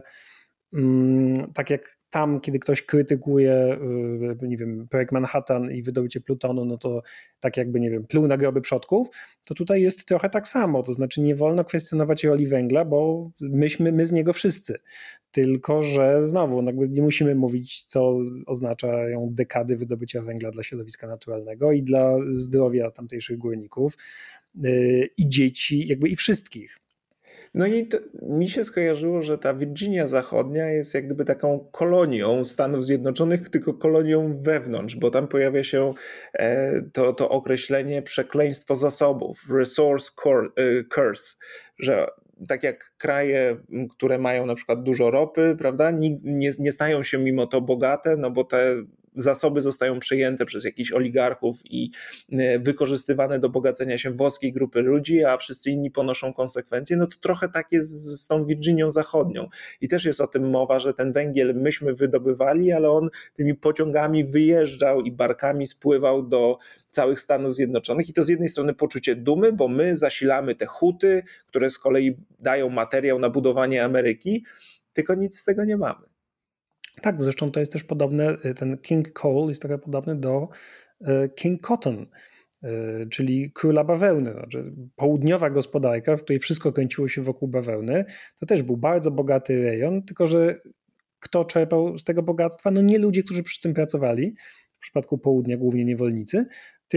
tak jak tam, kiedy ktoś krytykuje, nie wiem, projekt Manhattan i wydobycie plutonu, no to tak jakby, nie wiem, pluł na groby przodków, to tutaj jest trochę tak samo, to znaczy nie wolno kwestionować roli węgla, bo my z niego wszyscy. Tylko że znowu jakby nie musimy mówić, co oznaczają dekady wydobycia węgla dla środowiska naturalnego i dla zdrowia tamtejszych górników i dzieci, jakby i wszystkich. No i mi się skojarzyło, że ta Wirginia Zachodnia jest jak gdyby taką kolonią Stanów Zjednoczonych, tylko kolonią wewnątrz, bo tam pojawia się to określenie przekleństwo zasobów, resource curse, że tak jak kraje, które mają na przykład dużo ropy, prawda, nie stają się mimo to bogate, no bo te zasoby zostają przejęte przez jakichś oligarchów i wykorzystywane do bogacenia się wąskiej grupy ludzi, a wszyscy inni ponoszą konsekwencje, no to trochę tak jest z tą Wirginią Zachodnią. I też jest o tym mowa, że ten węgiel myśmy wydobywali, ale on tymi pociągami wyjeżdżał i barkami spływał do całych Stanów Zjednoczonych i to z jednej strony poczucie dumy, bo my zasilamy te huty, które z kolei dają materiał na budowanie Ameryki, tylko nic z tego nie mamy. Tak, zresztą to jest też podobne, ten King Coal jest trochę podobny do King Cotton, czyli króla bawełny. Znaczy, południowa gospodarka, w której wszystko kręciło się wokół bawełny, to też był bardzo bogaty rejon, tylko że kto czerpał z tego bogactwa? No nie ludzie, którzy przy tym pracowali, w przypadku południa głównie niewolnicy,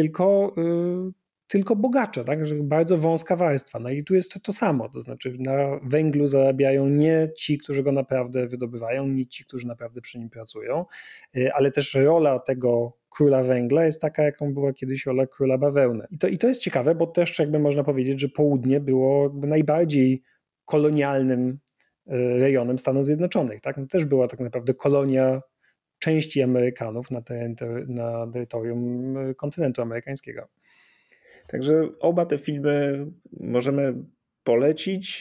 tylko bogacze, tak? Że bardzo wąska warstwa. No i tu jest to samo, to znaczy na węglu zarabiają nie ci, którzy go naprawdę wydobywają, nie ci, którzy naprawdę przy nim pracują, ale też rola tego króla węgla jest taka, jaką była kiedyś rola króla bawełny. I to jest ciekawe, bo też jakby można powiedzieć, że południe było jakby najbardziej kolonialnym rejonem Stanów Zjednoczonych. Tak? No też była tak naprawdę kolonia części Amerykanów na terytorium kontynentu amerykańskiego. Także oba te filmy możemy polecić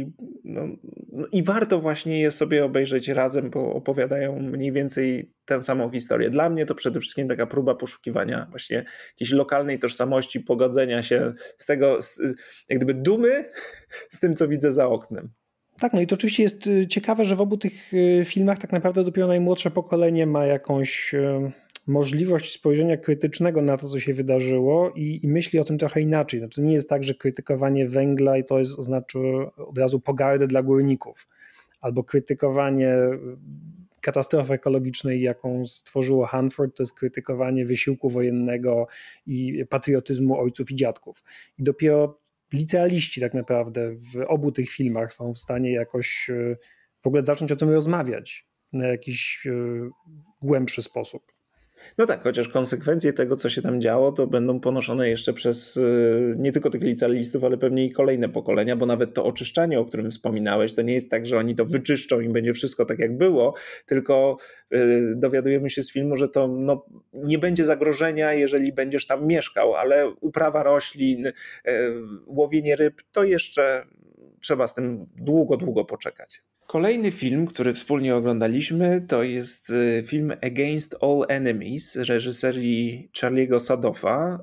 i warto właśnie je sobie obejrzeć razem, bo opowiadają mniej więcej tę samą historię. Dla mnie to przede wszystkim taka próba poszukiwania właśnie jakiejś lokalnej tożsamości, pogodzenia się z tego, jak gdyby dumy z tym, co widzę za oknem. Tak, no i to oczywiście jest ciekawe, że w obu tych filmach tak naprawdę dopiero najmłodsze pokolenie ma jakąś możliwość spojrzenia krytycznego na to, co się wydarzyło i myśli o tym trochę inaczej. Znaczy nie jest tak, że krytykowanie węgla i to oznacza od razu pogardę dla górników, albo krytykowanie katastrofy ekologicznej, jaką stworzyło Hanford, to jest krytykowanie wysiłku wojennego i patriotyzmu ojców i dziadków. I dopiero licealiści tak naprawdę w obu tych filmach są w stanie jakoś w ogóle zacząć o tym rozmawiać na jakiś głębszy sposób. No tak, chociaż konsekwencje tego, co się tam działo, to będą ponoszone jeszcze przez nie tylko tych licealistów, ale pewnie i kolejne pokolenia, bo nawet to oczyszczanie, o którym wspominałeś, to nie jest tak, że oni to wyczyszczą i będzie wszystko tak, jak było, tylko dowiadujemy się z filmu, że to nie będzie zagrożenia, jeżeli będziesz tam mieszkał, ale uprawa roślin, łowienie ryb, to jeszcze trzeba z tym długo poczekać. Kolejny film, który wspólnie oglądaliśmy, to jest film Against All Enemies reżyserii Charlie'ego Sadoffa.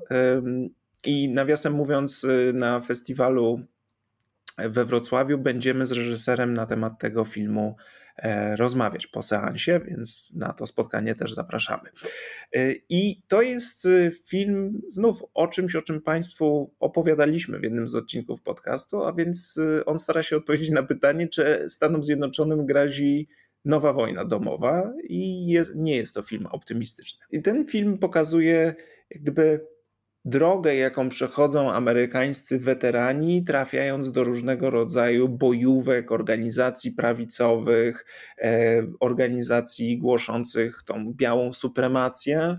I nawiasem mówiąc, na festiwalu we Wrocławiu będziemy z reżyserem na temat tego filmu rozmawiać po seansie, więc na to spotkanie też zapraszamy. I to jest film znów o czymś, o czym Państwu opowiadaliśmy w jednym z odcinków podcastu, a więc on stara się odpowiedzieć na pytanie, czy Stanom Zjednoczonym grozi nowa wojna domowa i nie jest to film optymistyczny. I ten film pokazuje jak gdyby drogę, jaką przechodzą amerykańscy weterani, trafiając do różnego rodzaju bojówek, organizacji prawicowych, organizacji głoszących tą białą supremację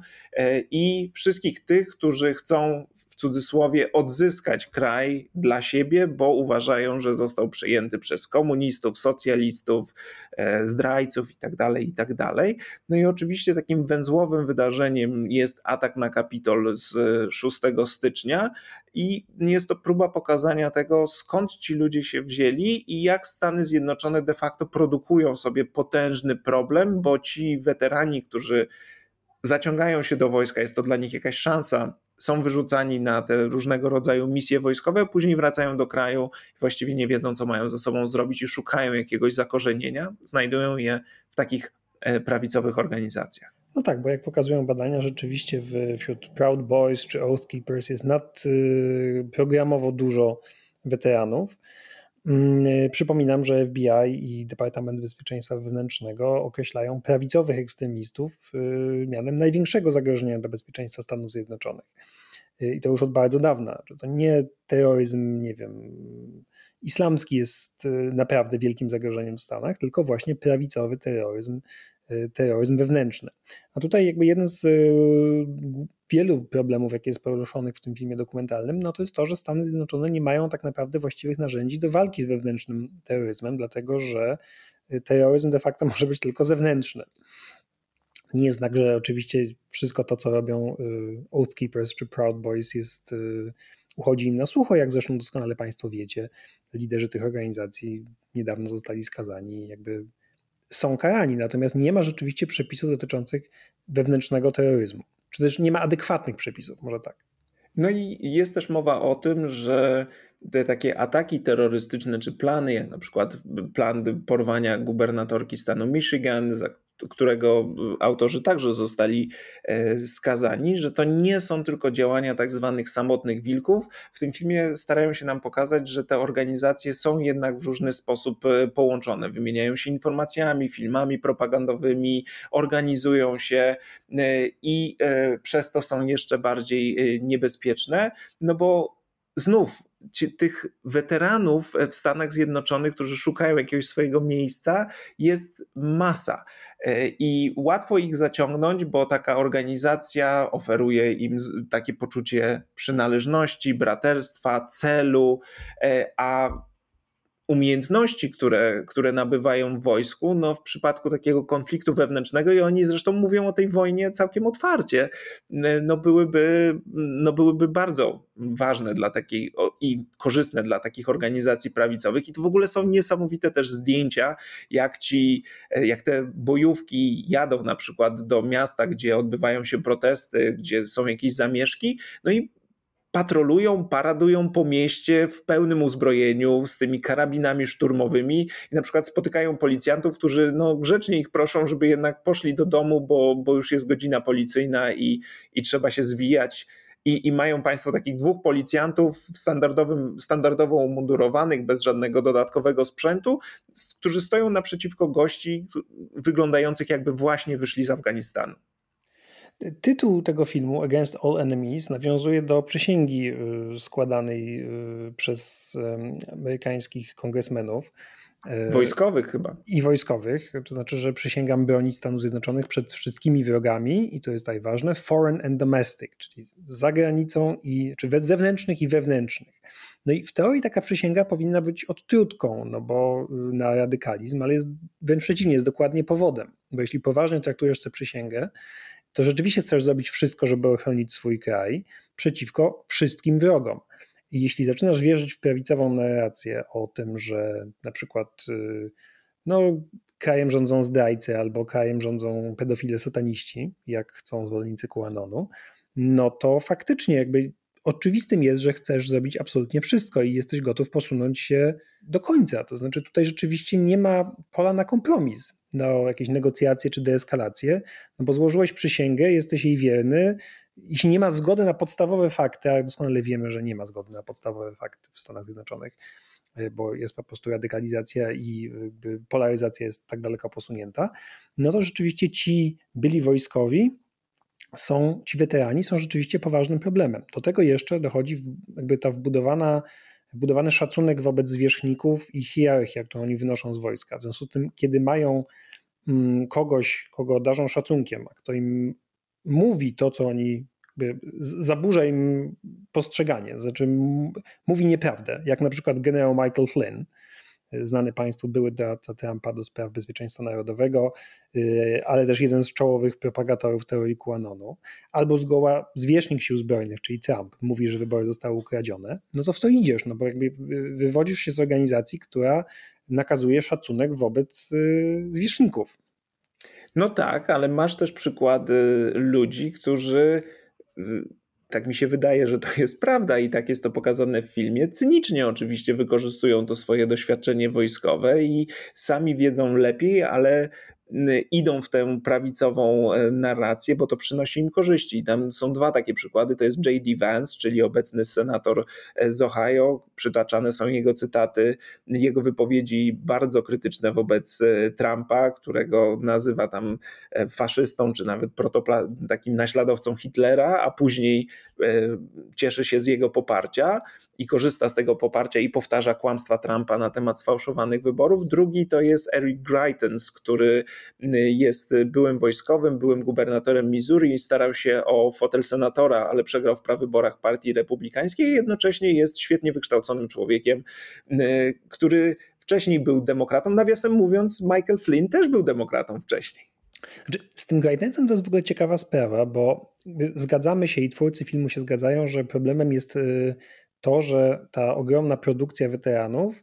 i wszystkich tych, którzy chcą w cudzysłowie odzyskać kraj dla siebie, bo uważają, że został przejęty przez komunistów, socjalistów, zdrajców itd. No i oczywiście takim węzłowym wydarzeniem jest atak na Kapitol z 6 stycznia i jest to próba pokazania tego, skąd ci ludzie się wzięli i jak Stany Zjednoczone de facto produkują sobie potężny problem, bo ci weterani, którzy zaciągają się do wojska, jest to dla nich jakaś szansa, są wyrzucani na te różnego rodzaju misje wojskowe, później wracają do kraju i właściwie nie wiedzą, co mają ze sobą zrobić i szukają jakiegoś zakorzenienia, znajdują je w takich prawicowych organizacjach. No tak, bo jak pokazują badania, rzeczywiście wśród Proud Boys czy Oath Keepers jest nadprogramowo dużo weteranów. Przypominam, że FBI i Departament Bezpieczeństwa Wewnętrznego określają prawicowych ekstremistów mianem największego zagrożenia dla bezpieczeństwa Stanów Zjednoczonych. I to już od bardzo dawna. To nie terroryzm, nie wiem, islamski jest naprawdę wielkim zagrożeniem w Stanach, tylko właśnie prawicowy terroryzm wewnętrzny. A tutaj jakby jeden z wielu problemów, jakie jest poruszonych w tym filmie dokumentalnym, no to jest to, że Stany Zjednoczone nie mają tak naprawdę właściwych narzędzi do walki z wewnętrznym terroryzmem, dlatego że terroryzm de facto może być tylko zewnętrzny. Nie jest tak, że oczywiście wszystko to, co robią Oath Keepers czy Proud Boys uchodzi im na sucho, jak zresztą doskonale Państwo wiecie. Liderzy tych organizacji niedawno zostali skazani, jakby są karani, natomiast nie ma rzeczywiście przepisów dotyczących wewnętrznego terroryzmu. Czy też nie ma adekwatnych przepisów, może tak. No i jest też mowa o tym, że te takie ataki terrorystyczne czy plany, jak na przykład plan porwania gubernatorki stanu Michigan, za którego autorzy także zostali skazani, że to nie są tylko działania tak zwanych samotnych wilków. W tym filmie starają się nam pokazać, że te organizacje są jednak w różny sposób połączone. Wymieniają się informacjami, filmami propagandowymi, organizują się i przez to są jeszcze bardziej niebezpieczne, no bo znów tych weteranów w Stanach Zjednoczonych, którzy szukają jakiegoś swojego miejsca, jest masa i łatwo ich zaciągnąć, bo taka organizacja oferuje im takie poczucie przynależności, braterstwa, celu, a umiejętności, które nabywają w wojsku, no w przypadku takiego konfliktu wewnętrznego, i oni zresztą mówią o tej wojnie całkiem otwarcie, byłyby bardzo ważne dla takiej i korzystne dla takich organizacji prawicowych. I to w ogóle są niesamowite też zdjęcia, jak te bojówki jadą na przykład do miasta, gdzie odbywają się protesty, gdzie są jakieś zamieszki, no i patrolują, paradują po mieście w pełnym uzbrojeniu z tymi karabinami szturmowymi i na przykład spotykają policjantów, którzy grzecznie ich proszą, żeby jednak poszli do domu, bo już jest godzina policyjna i trzeba się zwijać. I mają państwo takich 2 policjantów standardowo umundurowanych, bez żadnego dodatkowego sprzętu, którzy stoją naprzeciwko gości wyglądających jakby właśnie wyszli z Afganistanu. Tytuł tego filmu, Against All Enemies, nawiązuje do przysięgi składanej przez amerykańskich kongresmenów. Wojskowych chyba. I wojskowych, to znaczy, że przysięgam bronić Stanów Zjednoczonych przed wszystkimi wrogami, i to jest tutaj ważne, foreign and domestic, czyli za granicą, czy zewnętrznych i wewnętrznych. No i w teorii taka przysięga powinna być odtrutką, bo na radykalizm, ale jest wręcz przeciwnie, jest dokładnie powodem, bo jeśli poważnie traktujesz tę przysięgę, to rzeczywiście chcesz zrobić wszystko, żeby ochronić swój kraj przeciwko wszystkim wrogom. I jeśli zaczynasz wierzyć w prawicową narrację o tym, że na przykład krajem rządzą zdrajcy albo krajem rządzą pedofile sataniści, jak chcą zwolennicy QAnonu, no to faktycznie jakby oczywistym jest, że chcesz zrobić absolutnie wszystko i jesteś gotów posunąć się do końca. To znaczy tutaj rzeczywiście nie ma pola na kompromis, na jakieś negocjacje czy deeskalację, bo złożyłeś przysięgę, jesteś jej wierny. Jeśli nie ma zgody na podstawowe fakty, a doskonale wiemy, że nie ma zgody na podstawowe fakty w Stanach Zjednoczonych, bo jest po prostu radykalizacja i polaryzacja jest tak daleko posunięta, no to rzeczywiście ci byli wojskowi, ci weterani są rzeczywiście poważnym problemem. Do tego jeszcze dochodzi jakby ta wbudowany szacunek wobec zwierzchników i hierarchia, którą oni wynoszą z wojska. W związku z tym, kiedy mają kogoś, kogo darzą szacunkiem, a kto im mówi to, co oni, zaburza im postrzeganie, to znaczy mówi nieprawdę, jak na przykład generał Michael Flynn, znany państwu były doradca Trumpa do spraw bezpieczeństwa narodowego, ale też jeden z czołowych propagatorów teorii QAnonu, albo zgoła zwierzchnik sił zbrojnych, czyli Trump, mówi, że wybory zostały ukradzione, no to w to idziesz, bo jakby wywodzisz się z organizacji, która nakazuje szacunek wobec zwierzchników. No tak, ale masz też przykłady ludzi, którzy, tak mi się wydaje, że to jest prawda i tak jest to pokazane w filmie, cynicznie oczywiście wykorzystują to swoje doświadczenie wojskowe i sami wiedzą lepiej, ale idą w tę prawicową narrację, bo to przynosi im korzyści. Tam są 2 takie przykłady, to jest J.D. Vance, czyli obecny senator z Ohio, przytaczane są jego cytaty, jego wypowiedzi bardzo krytyczne wobec Trumpa, którego nazywa tam faszystą, czy nawet takim naśladowcą Hitlera, a później cieszy się z jego poparcia i korzysta z tego poparcia i powtarza kłamstwa Trumpa na temat sfałszowanych wyborów. Drugi to jest Eric Greitens, który jest byłym wojskowym, byłym gubernatorem Missouri i starał się o fotel senatora, ale przegrał w prawyborach partii republikańskiej i jednocześnie jest świetnie wykształconym człowiekiem, który wcześniej był demokratą. Nawiasem mówiąc, Michael Flynn też był demokratą wcześniej. Z tym Greitensem to jest w ogóle ciekawa sprawa, bo zgadzamy się i twórcy filmu się zgadzają, że problemem jest to, że ta ogromna produkcja weteranów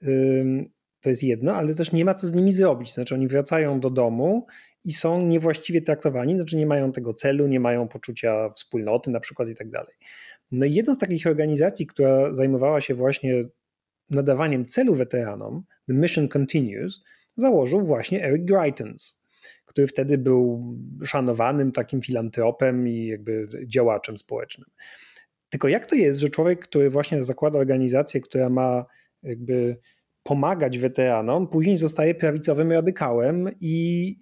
to jest jedno, ale też nie ma co z nimi zrobić. Znaczy oni wracają do domu i są niewłaściwie traktowani, znaczy nie mają tego celu, nie mają poczucia wspólnoty na przykład i tak dalej. No i jedną z takich organizacji, która zajmowała się właśnie nadawaniem celu weteranom, The Mission Continues, założył właśnie Eric Greitens, który wtedy był szanowanym takim filantropem i jakby działaczem społecznym. Tylko jak to jest, że człowiek, który właśnie zakłada organizację, która ma jakby pomagać weteranom, później zostaje prawicowym radykałem i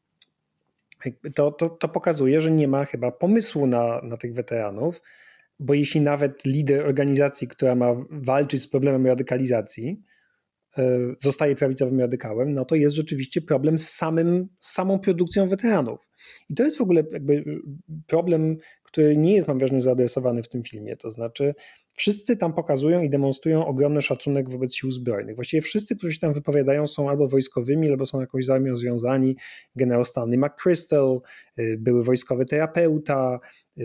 to pokazuje, że nie ma chyba pomysłu na tych weteranów, bo jeśli nawet lider organizacji, która ma walczyć z problemem radykalizacji, zostaje prawicowym radykałem, no to jest rzeczywiście problem z samą produkcją weteranów. I to jest w ogóle jakby problem, który nie jest, mam wrażenie, zaadresowany w tym filmie. To znaczy wszyscy tam pokazują i demonstrują ogromny szacunek wobec sił zbrojnych. Właściwie wszyscy, którzy się tam wypowiadają, są albo wojskowymi, albo są jakąś z armią związani. Generał Stanley McChrystal, były wojskowy terapeuta,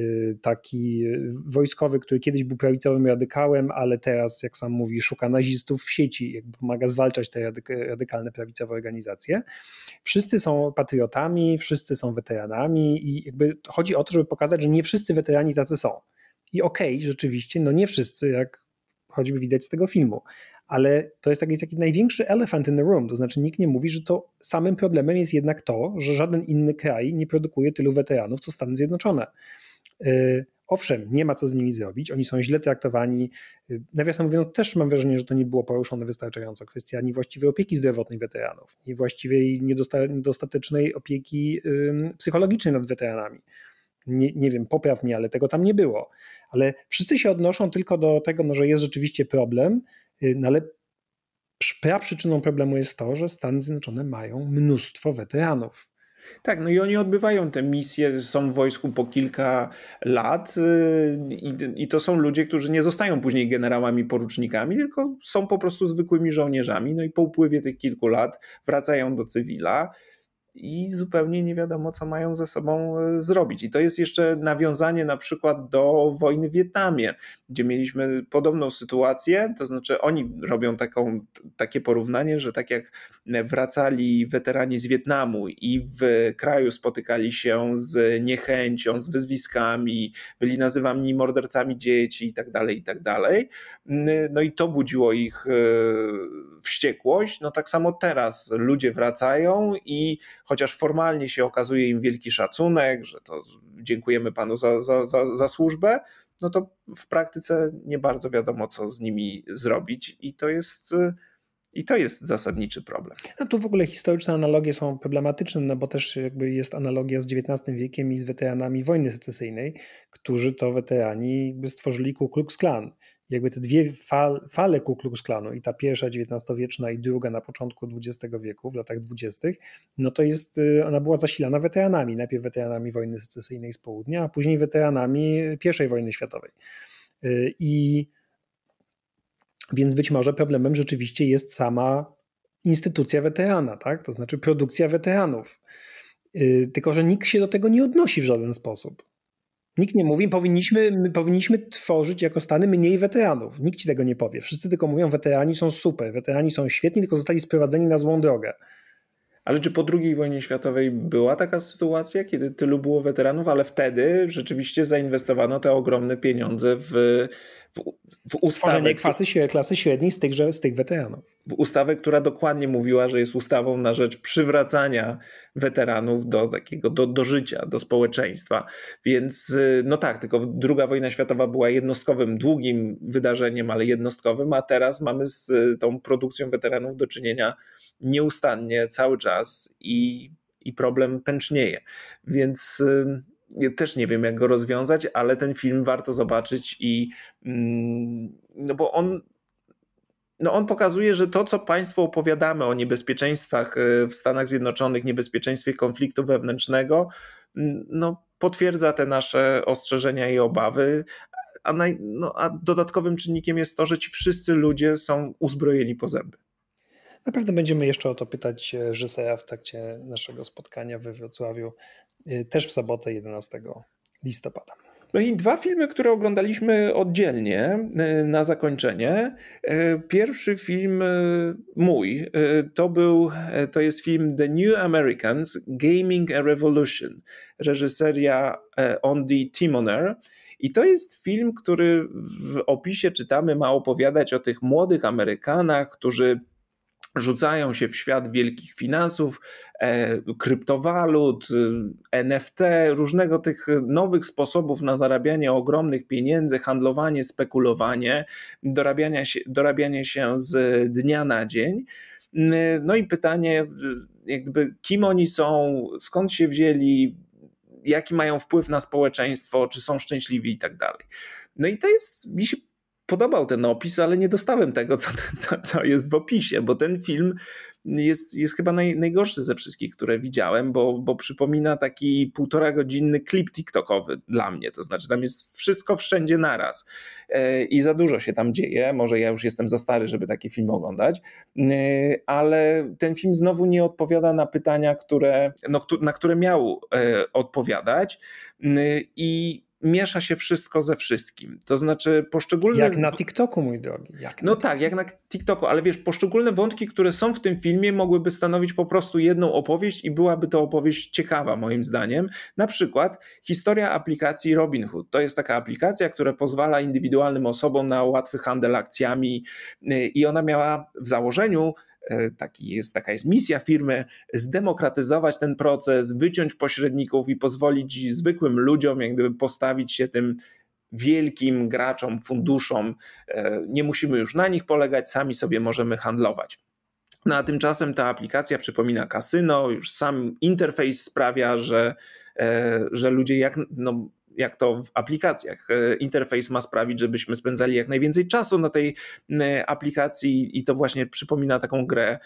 taki wojskowy, który kiedyś był prawicowym radykałem, ale teraz, jak sam mówi, szuka nazistów w sieci, jakby pomaga zwalczać te radykalne prawicowe organizacje. Wszyscy są patriotami, wszyscy są weteranami i jakby chodzi o to, żeby pokazać, że nie wszyscy weterani tacy są. I okej, rzeczywiście, no nie wszyscy, jak choćby widać z tego filmu, ale to jest taki największy elephant in the room, to znaczy nikt nie mówi, że to samym problemem jest jednak to, że żaden inny kraj nie produkuje tylu weteranów, co Stany Zjednoczone. Owszem, nie ma co z nimi zrobić, oni są źle traktowani. Nawiasem mówiąc, też mam wrażenie, że to nie było poruszone wystarczająco. Kwestia niewłaściwej opieki zdrowotnej weteranów, niewłaściwej, niedostatecznej opieki psychologicznej nad weteranami. Nie wiem, popraw mnie, ale tego tam nie było. Ale wszyscy się odnoszą tylko do tego, no, że jest rzeczywiście problem, no ale praprzyczyną problemu jest to, że Stany Zjednoczone mają mnóstwo weteranów. Tak, no i oni odbywają te misje, są w wojsku po kilka lat i to są ludzie, którzy nie zostają później generałami, porucznikami, tylko są po prostu zwykłymi żołnierzami. No i po upływie tych kilku lat wracają do cywila i zupełnie nie wiadomo, co mają ze sobą zrobić. I to jest jeszcze nawiązanie na przykład do wojny w Wietnamie, gdzie mieliśmy podobną sytuację, to znaczy oni robią takie porównanie, że tak jak wracali weterani z Wietnamu i w kraju spotykali się z niechęcią, z wyzwiskami, byli nazywani mordercami dzieci i tak dalej, no i to budziło ich wściekłość, no tak samo teraz ludzie wracają i chociaż formalnie się okazuje im wielki szacunek, że to dziękujemy panu za służbę, no to w praktyce nie bardzo wiadomo, co z nimi zrobić i to jest zasadniczy problem. No tu w ogóle historyczne analogie są problematyczne, no bo też jakby jest analogia z XIX wiekiem i z weteranami wojny secesyjnej, którzy to weterani jakby stworzyli Ku Klux Klan. Jakby te dwie fale Ku Klux Klanu, i ta pierwsza XIX-wieczna i druga na początku XX wieku, w latach 20., no to ona była zasilana weteranami. Najpierw weteranami wojny secesyjnej z południa, a później weteranami I wojny światowej. Więc być może problemem rzeczywiście jest sama instytucja weterana, tak? To znaczy produkcja weteranów. Tylko że nikt się do tego nie odnosi w żaden sposób. Nikt nie mówi, powinniśmy tworzyć jako Stany mniej weteranów. Nikt ci tego nie powie. Wszyscy tylko mówią, weterani są super, weterani są świetni, tylko zostali sprowadzeni na złą drogę. Ale czy po II wojnie światowej była taka sytuacja, kiedy tylu było weteranów, ale wtedy rzeczywiście zainwestowano te ogromne pieniądze w ustawę. Tworzenie klasy średniej z tych weteranów. W ustawę, która dokładnie mówiła, że jest ustawą na rzecz przywracania weteranów do życia, do społeczeństwa. Więc no tak, tylko II wojna światowa była jednostkowym, długim wydarzeniem, ale jednostkowym, a teraz mamy z tą produkcją weteranów do czynienia nieustannie, cały czas i problem pęcznieje. Więc ja też nie wiem, jak go rozwiązać, ale ten film warto zobaczyć no bo on pokazuje, że to, co państwu opowiadamy o niebezpieczeństwach w Stanach Zjednoczonych, niebezpieczeństwie konfliktu wewnętrznego, no potwierdza te nasze ostrzeżenia i obawy, a dodatkowym czynnikiem jest to, że ci wszyscy ludzie są uzbrojeni po zęby. Na pewno będziemy jeszcze o to pytać reżysera w trakcie naszego spotkania we Wrocławiu, też w sobotę 11 listopada. No i dwa filmy, które oglądaliśmy oddzielnie na zakończenie. Pierwszy film mój to jest film The New Americans Gaming a Revolution, reżyseria Andy Timoner. I to jest film, który w opisie czytamy, ma opowiadać o tych młodych Amerykanach, którzy rzucają się w świat wielkich finansów, kryptowalut, NFT, różnego tych nowych sposobów na zarabianie ogromnych pieniędzy, handlowanie, spekulowanie, dorabianie się z dnia na dzień. No i pytanie, jakby kim oni są, skąd się wzięli, jaki mają wpływ na społeczeństwo, czy są szczęśliwi i tak dalej. No i to mi się podobał ten opis, ale nie dostałem tego, co jest w opisie, bo ten film jest chyba najgorszy ze wszystkich, które widziałem, bo przypomina taki 1,5-godzinny klip TikTokowy dla mnie. To znaczy tam jest wszystko wszędzie naraz i za dużo się tam dzieje. Może ja już jestem za stary, żeby takie filmy oglądać, ale ten film znowu nie odpowiada na pytania, na które miał odpowiadać i miesza się wszystko ze wszystkim. To znaczy poszczególne... Jak na TikToku, mój drogi. Jak na TikToku, ale wiesz, poszczególne wątki, które są w tym filmie, mogłyby stanowić po prostu jedną opowieść i byłaby to opowieść ciekawa moim zdaniem. Na przykład historia aplikacji Robinhood. To jest taka aplikacja, która pozwala indywidualnym osobom na łatwy handel akcjami i ona miała w założeniu taka jest misja firmy, zdemokratyzować ten proces, wyciąć pośredników i pozwolić zwykłym ludziom jak gdyby postawić się tym wielkim graczom, funduszom. Nie musimy już na nich polegać, sami sobie możemy handlować. No a tymczasem ta aplikacja przypomina kasyno, już sam interfejs sprawia, że ludzie jak to w aplikacjach. Interfejs ma sprawić, żebyśmy spędzali jak najwięcej czasu na tej aplikacji i to właśnie przypomina taką grę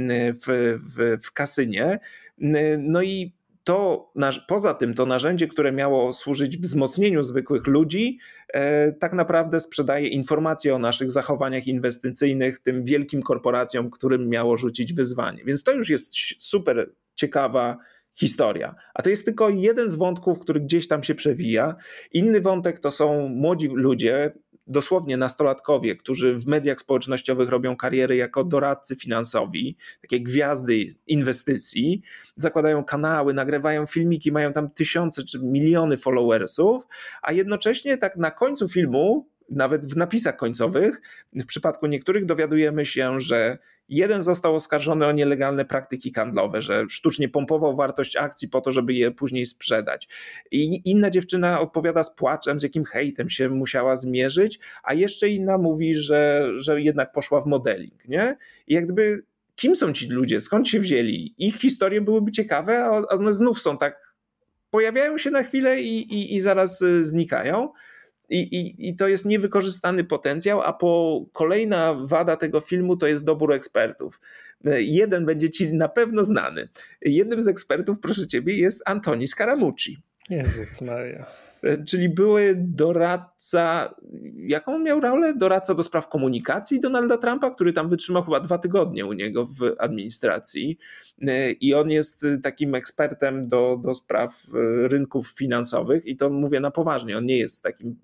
w kasynie. No i poza tym to narzędzie, które miało służyć wzmocnieniu zwykłych ludzi, tak naprawdę sprzedaje informacje o naszych zachowaniach inwestycyjnych tym wielkim korporacjom, którym miało rzucić wyzwanie. Więc to już jest super ciekawa historia. A to jest tylko jeden z wątków, który gdzieś tam się przewija. Inny wątek to są młodzi ludzie, dosłownie nastolatkowie, którzy w mediach społecznościowych robią kariery jako doradcy finansowi, takie gwiazdy inwestycji, zakładają kanały, nagrywają filmiki, mają tam tysiące czy miliony followersów, a jednocześnie tak na końcu filmu, nawet w napisach końcowych, w przypadku niektórych dowiadujemy się, że jeden został oskarżony o nielegalne praktyki handlowe, że sztucznie pompował wartość akcji po to, żeby je później sprzedać. I inna dziewczyna odpowiada z płaczem, z jakim hejtem się musiała zmierzyć, a jeszcze inna mówi, że jednak poszła w modeling. Nie? I jak gdyby kim są ci ludzie, skąd się wzięli? Ich historie byłyby ciekawe, a one znów są tak, pojawiają się na chwilę i zaraz znikają. I to jest niewykorzystany potencjał, a kolejna wada tego filmu to jest dobór ekspertów. Jeden będzie ci na pewno znany. Jednym z ekspertów, proszę ciebie, jest Antoni Scaramucci. Jezus Maria. Czyli były doradca, jaką miał rolę? Doradca do spraw komunikacji Donalda Trumpa, który tam wytrzymał chyba 2 tygodnie u niego w administracji i on jest takim ekspertem do spraw rynków finansowych i to mówię na poważnie, on nie jest takim,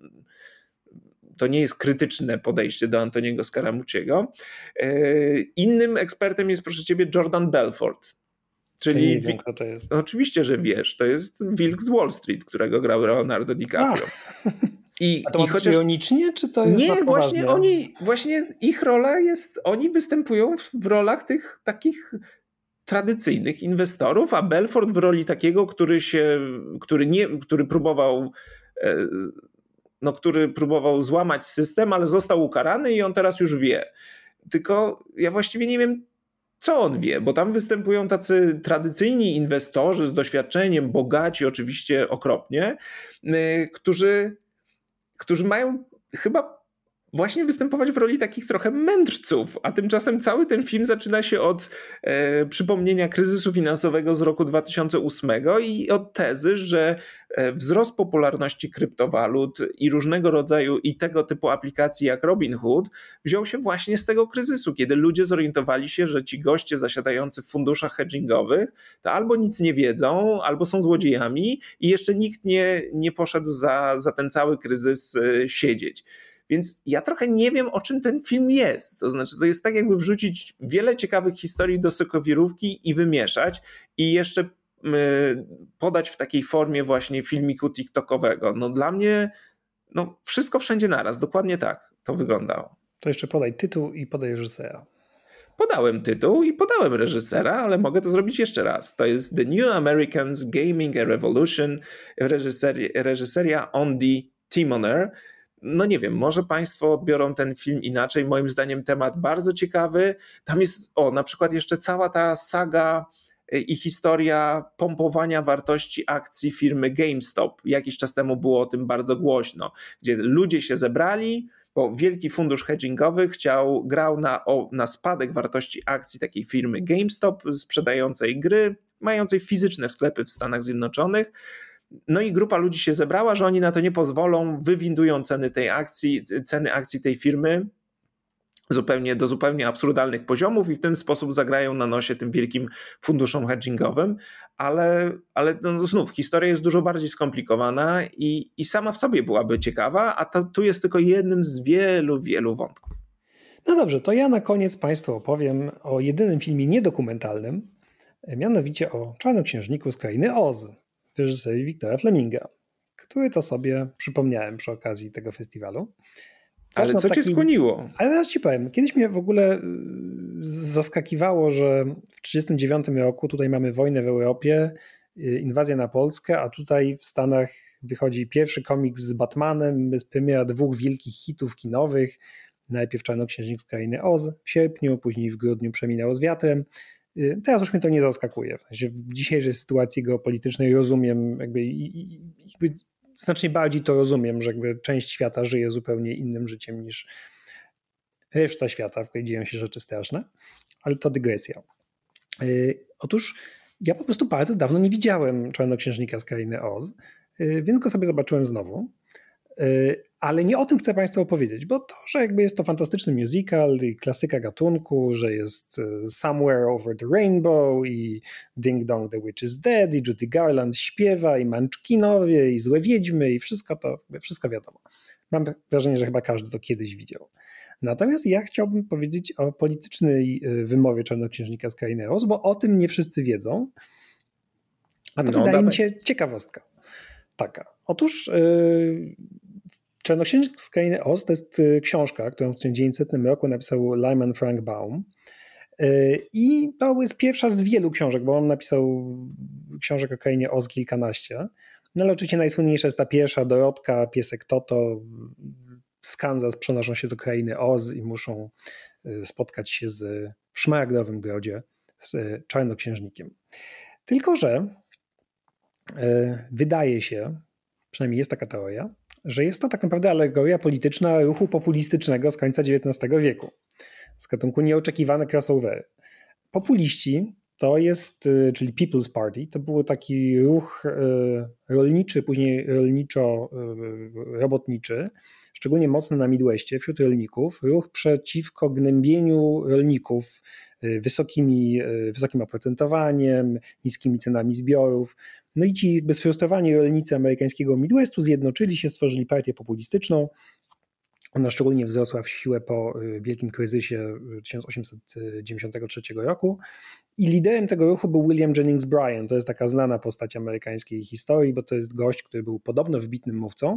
to nie jest krytyczne podejście do Antoniego Scaramucciego. Innym ekspertem jest, proszę ciebie, Jordan Belfort. Czyli nie wiem, kto to jest. Oczywiście, że wiesz, to jest Wilk z Wall Street, którego grał Leonardo DiCaprio. A to chociaż ironicznie, czy to jest nie, właśnie ich rola jest, oni występują w rolach tych takich tradycyjnych inwestorów, a Belfort w roli takiego, który próbował złamać system, ale został ukarany i on teraz już wie. Tylko ja właściwie nie wiem, co on wie, bo tam występują tacy tradycyjni inwestorzy z doświadczeniem, bogaci oczywiście okropnie, którzy mają chyba właśnie występować w roli takich trochę mędrców, a tymczasem cały ten film zaczyna się od przypomnienia kryzysu finansowego z roku 2008 i od tezy, że wzrost popularności kryptowalut i różnego rodzaju i tego typu aplikacji jak Robinhood wziął się właśnie z tego kryzysu, kiedy ludzie zorientowali się, że ci goście zasiadający w funduszach hedgingowych to albo nic nie wiedzą, albo są złodziejami i jeszcze nikt nie poszedł za ten cały kryzys siedzieć. Więc ja trochę nie wiem, o czym ten film jest. To znaczy, to jest tak, jakby wrzucić wiele ciekawych historii do sokowirówki i wymieszać i jeszcze podać w takiej formie właśnie filmiku TikTokowego. No dla mnie wszystko wszędzie naraz. Dokładnie tak to wyglądało. To jeszcze podaj tytuł i podaj reżysera. Podałem tytuł i podałem reżysera, ale mogę to zrobić jeszcze raz. To jest The New Americans Gaming a Revolution, reżyseria Andy Timoner. No nie wiem, może państwo odbiorą ten film inaczej. Moim zdaniem temat bardzo ciekawy. Tam jest na przykład jeszcze cała ta saga i historia pompowania wartości akcji firmy GameStop. Jakiś czas temu było o tym bardzo głośno, gdzie ludzie się zebrali, bo wielki fundusz hedgingowy grał na spadek wartości akcji takiej firmy GameStop sprzedającej gry, mającej fizyczne sklepy w Stanach Zjednoczonych. No i grupa ludzi się zebrała, że oni na to nie pozwolą, wywindują ceny akcji tej firmy do zupełnie absurdalnych poziomów i w ten sposób zagrają na nosie tym wielkim funduszom hedgingowym, ale no znów historia jest dużo bardziej skomplikowana i sama w sobie byłaby ciekawa, a tu jest tylko jednym z wielu wątków. No dobrze, to ja na koniec Państwu opowiem o jedynym filmie niedokumentalnym, mianowicie o Czarnoksiężniku z Krainy Oz w reżyserii Victora Fleminga, który to sobie przypomniałem przy okazji tego festiwalu. Ale co cię skłoniło? Ale zaraz ci powiem, kiedyś mnie w ogóle zaskakiwało, że w 1939 roku tutaj mamy wojnę w Europie, inwazja na Polskę, a tutaj w Stanach wychodzi pierwszy komiks z Batmanem, jest premiera 2 wielkich hitów kinowych. Najpierw Czarnoksiężnik z Krainy Oz w sierpniu, później w grudniu Przeminęło z wiatrem. Teraz już mnie to nie zaskakuje. W sensie w dzisiejszej sytuacji geopolitycznej rozumiem, jakby znacznie bardziej to rozumiem, że jakby część świata żyje zupełnie innym życiem niż reszta świata, w której dzieją się rzeczy straszne, ale to dygresja. Otóż ja po prostu bardzo dawno nie widziałem Czarnoksiężnika z Krainy Oz, więc go sobie zobaczyłem znowu. Ale nie o tym chcę Państwu opowiedzieć, bo to, że jakby jest to fantastyczny musical i klasyka gatunku, że jest Somewhere Over the Rainbow i Ding Dong the Witch is Dead i Judy Garland śpiewa i Munchkinowie i Złe Wiedźmy i wszystko wiadomo. Mam wrażenie, że chyba każdy to kiedyś widział. Natomiast ja chciałbym powiedzieć o politycznej wymowie Czarnoksiężnika z Krainy Oz, bo o tym nie wszyscy wiedzą, a to wydaje mi się ciekawostka. Taka. Otóż Czarnoksiężnik z Krainy Oz to jest książka, którą w 1900 roku napisał Lyman Frank Baum. I to jest pierwsza z wielu książek, bo on napisał książek o Krainie Oz kilkanaście. No ale oczywiście najsłynniejsza jest ta pierwsza, Dorotka, piesek Toto, z Kansas przenoszą się do Krainy Oz i muszą spotkać się w szmaragdowym grodzie z Czarnoksiężnikiem. Tylko że wydaje się, przynajmniej jest taka teoria, że jest to tak naprawdę alegoria polityczna ruchu populistycznego z końca XIX wieku. Z gatunku nieoczekiwane crossovery. Populiści to jest, czyli People's Party, to był taki ruch rolniczy, później rolniczo-robotniczy, szczególnie mocny na Midwestie wśród rolników, ruch przeciwko gnębieniu rolników wysokim oprocentowaniem, niskimi cenami zbiorów. No i ci sfrustrowani rolnicy amerykańskiego Midwestu zjednoczyli się, stworzyli partię populistyczną. Ona szczególnie wzrosła w siłę po wielkim kryzysie 1893 roku i liderem tego ruchu był William Jennings Bryan. To jest taka znana postać amerykańskiej historii, bo to jest gość, który był podobno wybitnym mówcą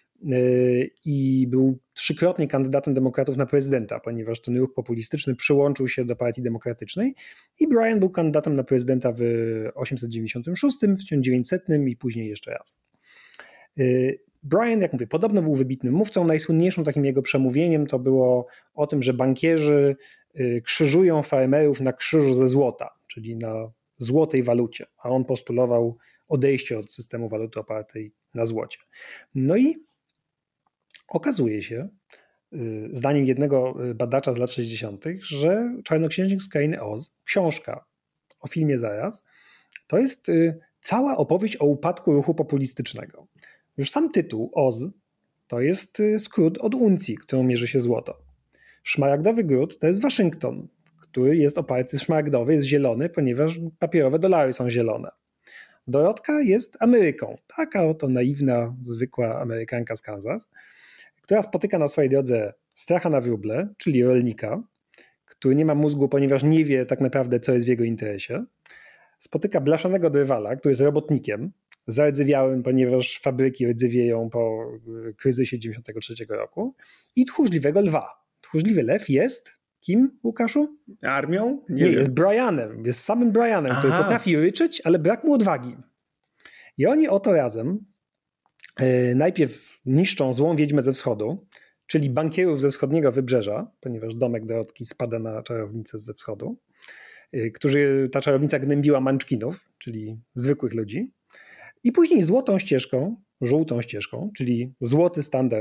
i był 3-krotnie kandydatem demokratów na prezydenta, ponieważ ten ruch populistyczny przyłączył się do Partii Demokratycznej i Bryan był kandydatem na prezydenta w 1896, w 1900 i później jeszcze raz. Bryan, jak mówię, podobno był wybitnym mówcą. Najsłynniejszym takim jego przemówieniem to było o tym, że bankierzy krzyżują farmerów na krzyżu ze złota, czyli na złotej walucie, a on postulował odejście od systemu waluty opartej na złocie. No i okazuje się, zdaniem jednego badacza z lat 60., że Czarnoksiężnik z Krainy Oz, książka o filmie zaraz, to jest cała opowieść o upadku ruchu populistycznego. Już sam tytuł Oz to jest skrót od uncji, którą mierzy się złoto. Szmaragdowy gród to jest Waszyngton, który jest oparty szmaragdowy, jest zielony, ponieważ papierowe dolary są zielone. Dorotka jest Ameryką, taka oto naiwna, zwykła Amerykanka z Kansas, która spotyka na swojej drodze stracha na wróble, czyli rolnika, który nie ma mózgu, ponieważ nie wie tak naprawdę, co jest w jego interesie. Spotyka blaszanego drwala, który jest robotnikiem, zardzewiałym, ponieważ fabryki rdzewieją po kryzysie 1993 roku, i tchórzliwego lwa. Tchórzliwy lew jest kim, Łukaszu? Armią? Nie, jest Bryanem, jest samym Bryanem, który potrafi ryczeć, ale brak mu odwagi. I oni oto razem najpierw niszczą złą wiedźmę ze wschodu, czyli bankierów ze wschodniego wybrzeża, ponieważ domek Dorotki spada na czarownicę ze wschodu, ta czarownica gnębiła Munchkinów, czyli zwykłych ludzi. I później złotą ścieżką, żółtą ścieżką, czyli złoty standard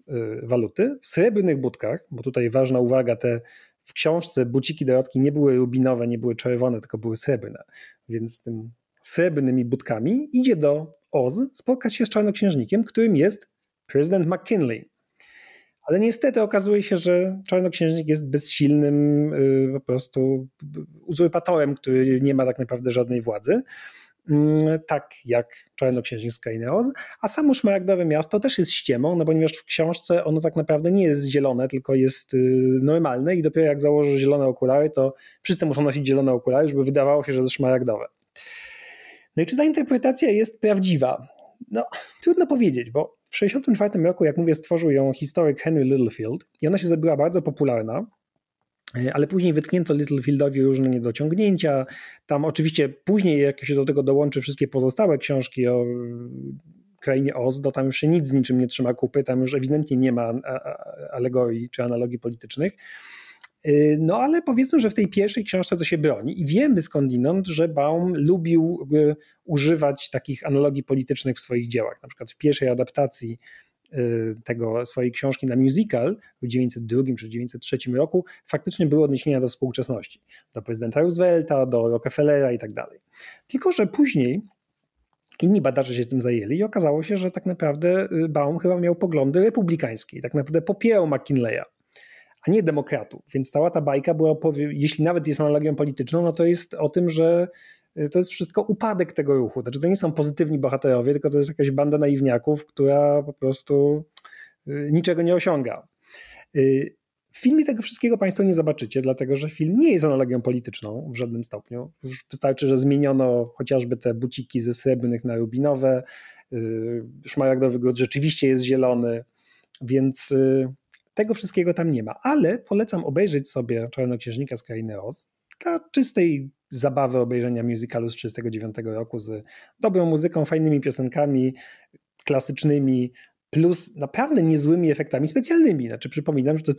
waluty w srebrnych budkach, bo tutaj ważna uwaga, w książce buciki Dorotki nie były rubinowe, nie były czerwone, tylko były srebrne, więc tym srebrnymi budkami idzie do Oz spotkać się z czarnoksiężnikiem, którym jest prezydent McKinley. Ale niestety okazuje się, że czarnoksiężnik jest bezsilnym po prostu uzurpatorem, który nie ma tak naprawdę żadnej władzy. Tak jak czarnoksiężnik z Krainy Oz, a samo szmaragdowe miasto też jest ściemą, no ponieważ w książce ono tak naprawdę nie jest zielone, tylko jest normalne i dopiero jak założy zielone okulary, to wszyscy muszą nosić zielone okulary, żeby wydawało się, że jest szmaragdowe. No i czy ta interpretacja jest prawdziwa? No, trudno powiedzieć, bo w 1964 roku, jak mówię, stworzył ją historyk Henry Littlefield i ona się zrobiła bardzo popularna, ale później wytknięto Littlefieldowi różne niedociągnięcia. Tam oczywiście później, jak się do tego dołączy wszystkie pozostałe książki o Krainie Oz, to tam już się nic z niczym nie trzyma kupy, tam już ewidentnie nie ma alegorii czy analogii politycznych. No ale powiedzmy, że w tej pierwszej książce to się broni i wiemy skądinąd, że Baum lubił używać takich analogii politycznych w swoich dziełach. Na przykład w pierwszej adaptacji swojej książki na musical w 1902 czy 1903 roku faktycznie były odniesienia do współczesności, do prezydenta Roosevelta, do Rockefellera i tak dalej. Tylko że później inni badacze się tym zajęli i okazało się, że tak naprawdę Baum chyba miał poglądy republikańskie i tak naprawdę popierał McKinleya, a nie demokratów. Więc cała ta bajka była, jeśli nawet jest analogią polityczną, no to jest o tym, że to jest wszystko upadek tego ruchu. Znaczy to nie są pozytywni bohaterowie, tylko to jest jakaś banda naiwniaków, która po prostu niczego nie osiąga. W filmie tego wszystkiego Państwo nie zobaczycie, dlatego że film nie jest analogią polityczną w żadnym stopniu. Już wystarczy, że zmieniono chociażby te buciki ze srebrnych na rubinowe, szmaragdowy grud rzeczywiście jest zielony, więc tego wszystkiego tam nie ma. Ale polecam obejrzeć sobie Czarnoksiężnika z Krainy Oz dla czystej zabawy obejrzenia musicalu z 1939 roku z dobrą muzyką, fajnymi piosenkami klasycznymi, plus naprawdę niezłymi efektami specjalnymi. Znaczy przypominam, że to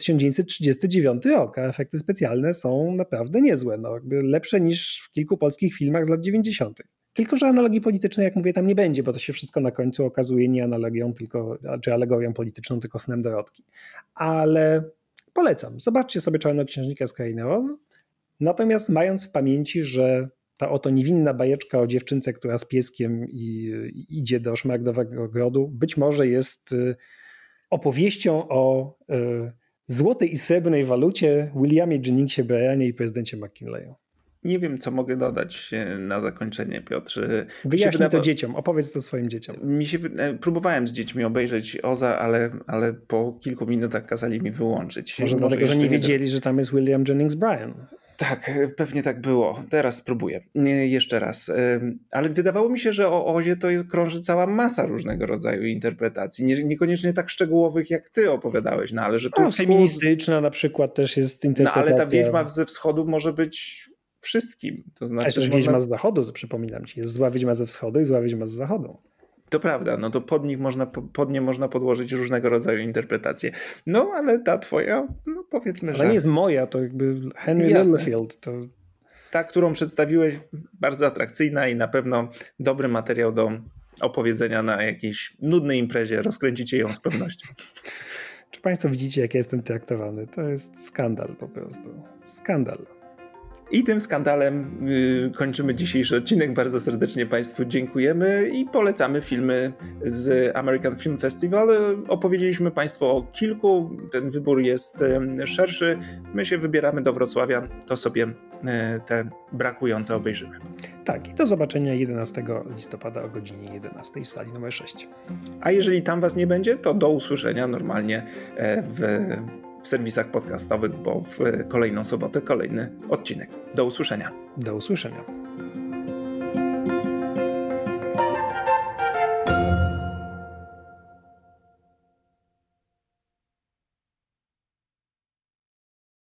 1939 rok, a efekty specjalne są naprawdę niezłe. No, jakby lepsze niż w kilku polskich filmach z lat 90. Tylko że analogii politycznej, jak mówię, tam nie będzie, bo to się wszystko na końcu okazuje nie analogią, czy alegorią polityczną, tylko snem Dorotki. Ale polecam. Zobaczcie sobie Czarnoksiężnika z Krainy Oz. Natomiast mając w pamięci, że ta oto niewinna bajeczka o dziewczynce, która z pieskiem idzie do szmaragdowego grodu, być może jest opowieścią o złotej i srebrnej walucie, Williamie Jenningsie Bryanie i prezydencie McKinleyu. Nie wiem, co mogę dodać na zakończenie, Piotr. Wyjaśnij to dzieciom, opowiedz to swoim dzieciom. Próbowałem z dziećmi obejrzeć Oza, ale po kilku minutach kazali mi wyłączyć. Może dlatego, że nie wiedzieli, że tam jest William Jennings Bryan. Tak, pewnie tak było. Teraz spróbuję. Jeszcze raz. Ale wydawało mi się, że o Ozie to krąży cała masa różnego rodzaju interpretacji. Niekoniecznie tak szczegółowych, jak ty opowiadałeś. No, ale że tu feministyczna na przykład też jest interpretacja. No ale ta wiedźma ze wschodu może być wszystkim. To znaczy, a jest też wiedźma z zachodu, przypominam ci. Jest zła wiedźma ze wschodu i zła wiedźma z zachodu. To prawda, no to pod nie można podłożyć różnego rodzaju interpretacje. No, ale ta twoja, no powiedzmy, ale że... nie jest moja, to jakby Henry Littlefield. To... Ta, którą przedstawiłeś, bardzo atrakcyjna i na pewno dobry materiał do opowiedzenia na jakiejś nudnej imprezie. Rozkręcicie ją z pewnością. Czy Państwo widzicie, jak ja jestem traktowany? To jest skandal po prostu. Skandal. I tym skandalem kończymy dzisiejszy odcinek. Bardzo serdecznie Państwu dziękujemy i polecamy filmy z American Film Festival. Opowiedzieliśmy Państwu o kilku, ten wybór jest szerszy. My się wybieramy do Wrocławia, to sobie te brakujące obejrzymy. Tak, i do zobaczenia 11 listopada o godzinie 11 w sali numer 6. A jeżeli tam Was nie będzie, to do usłyszenia normalnie w serwisach podcastowych, bo w kolejną sobotę kolejny odcinek. Do usłyszenia. Do usłyszenia.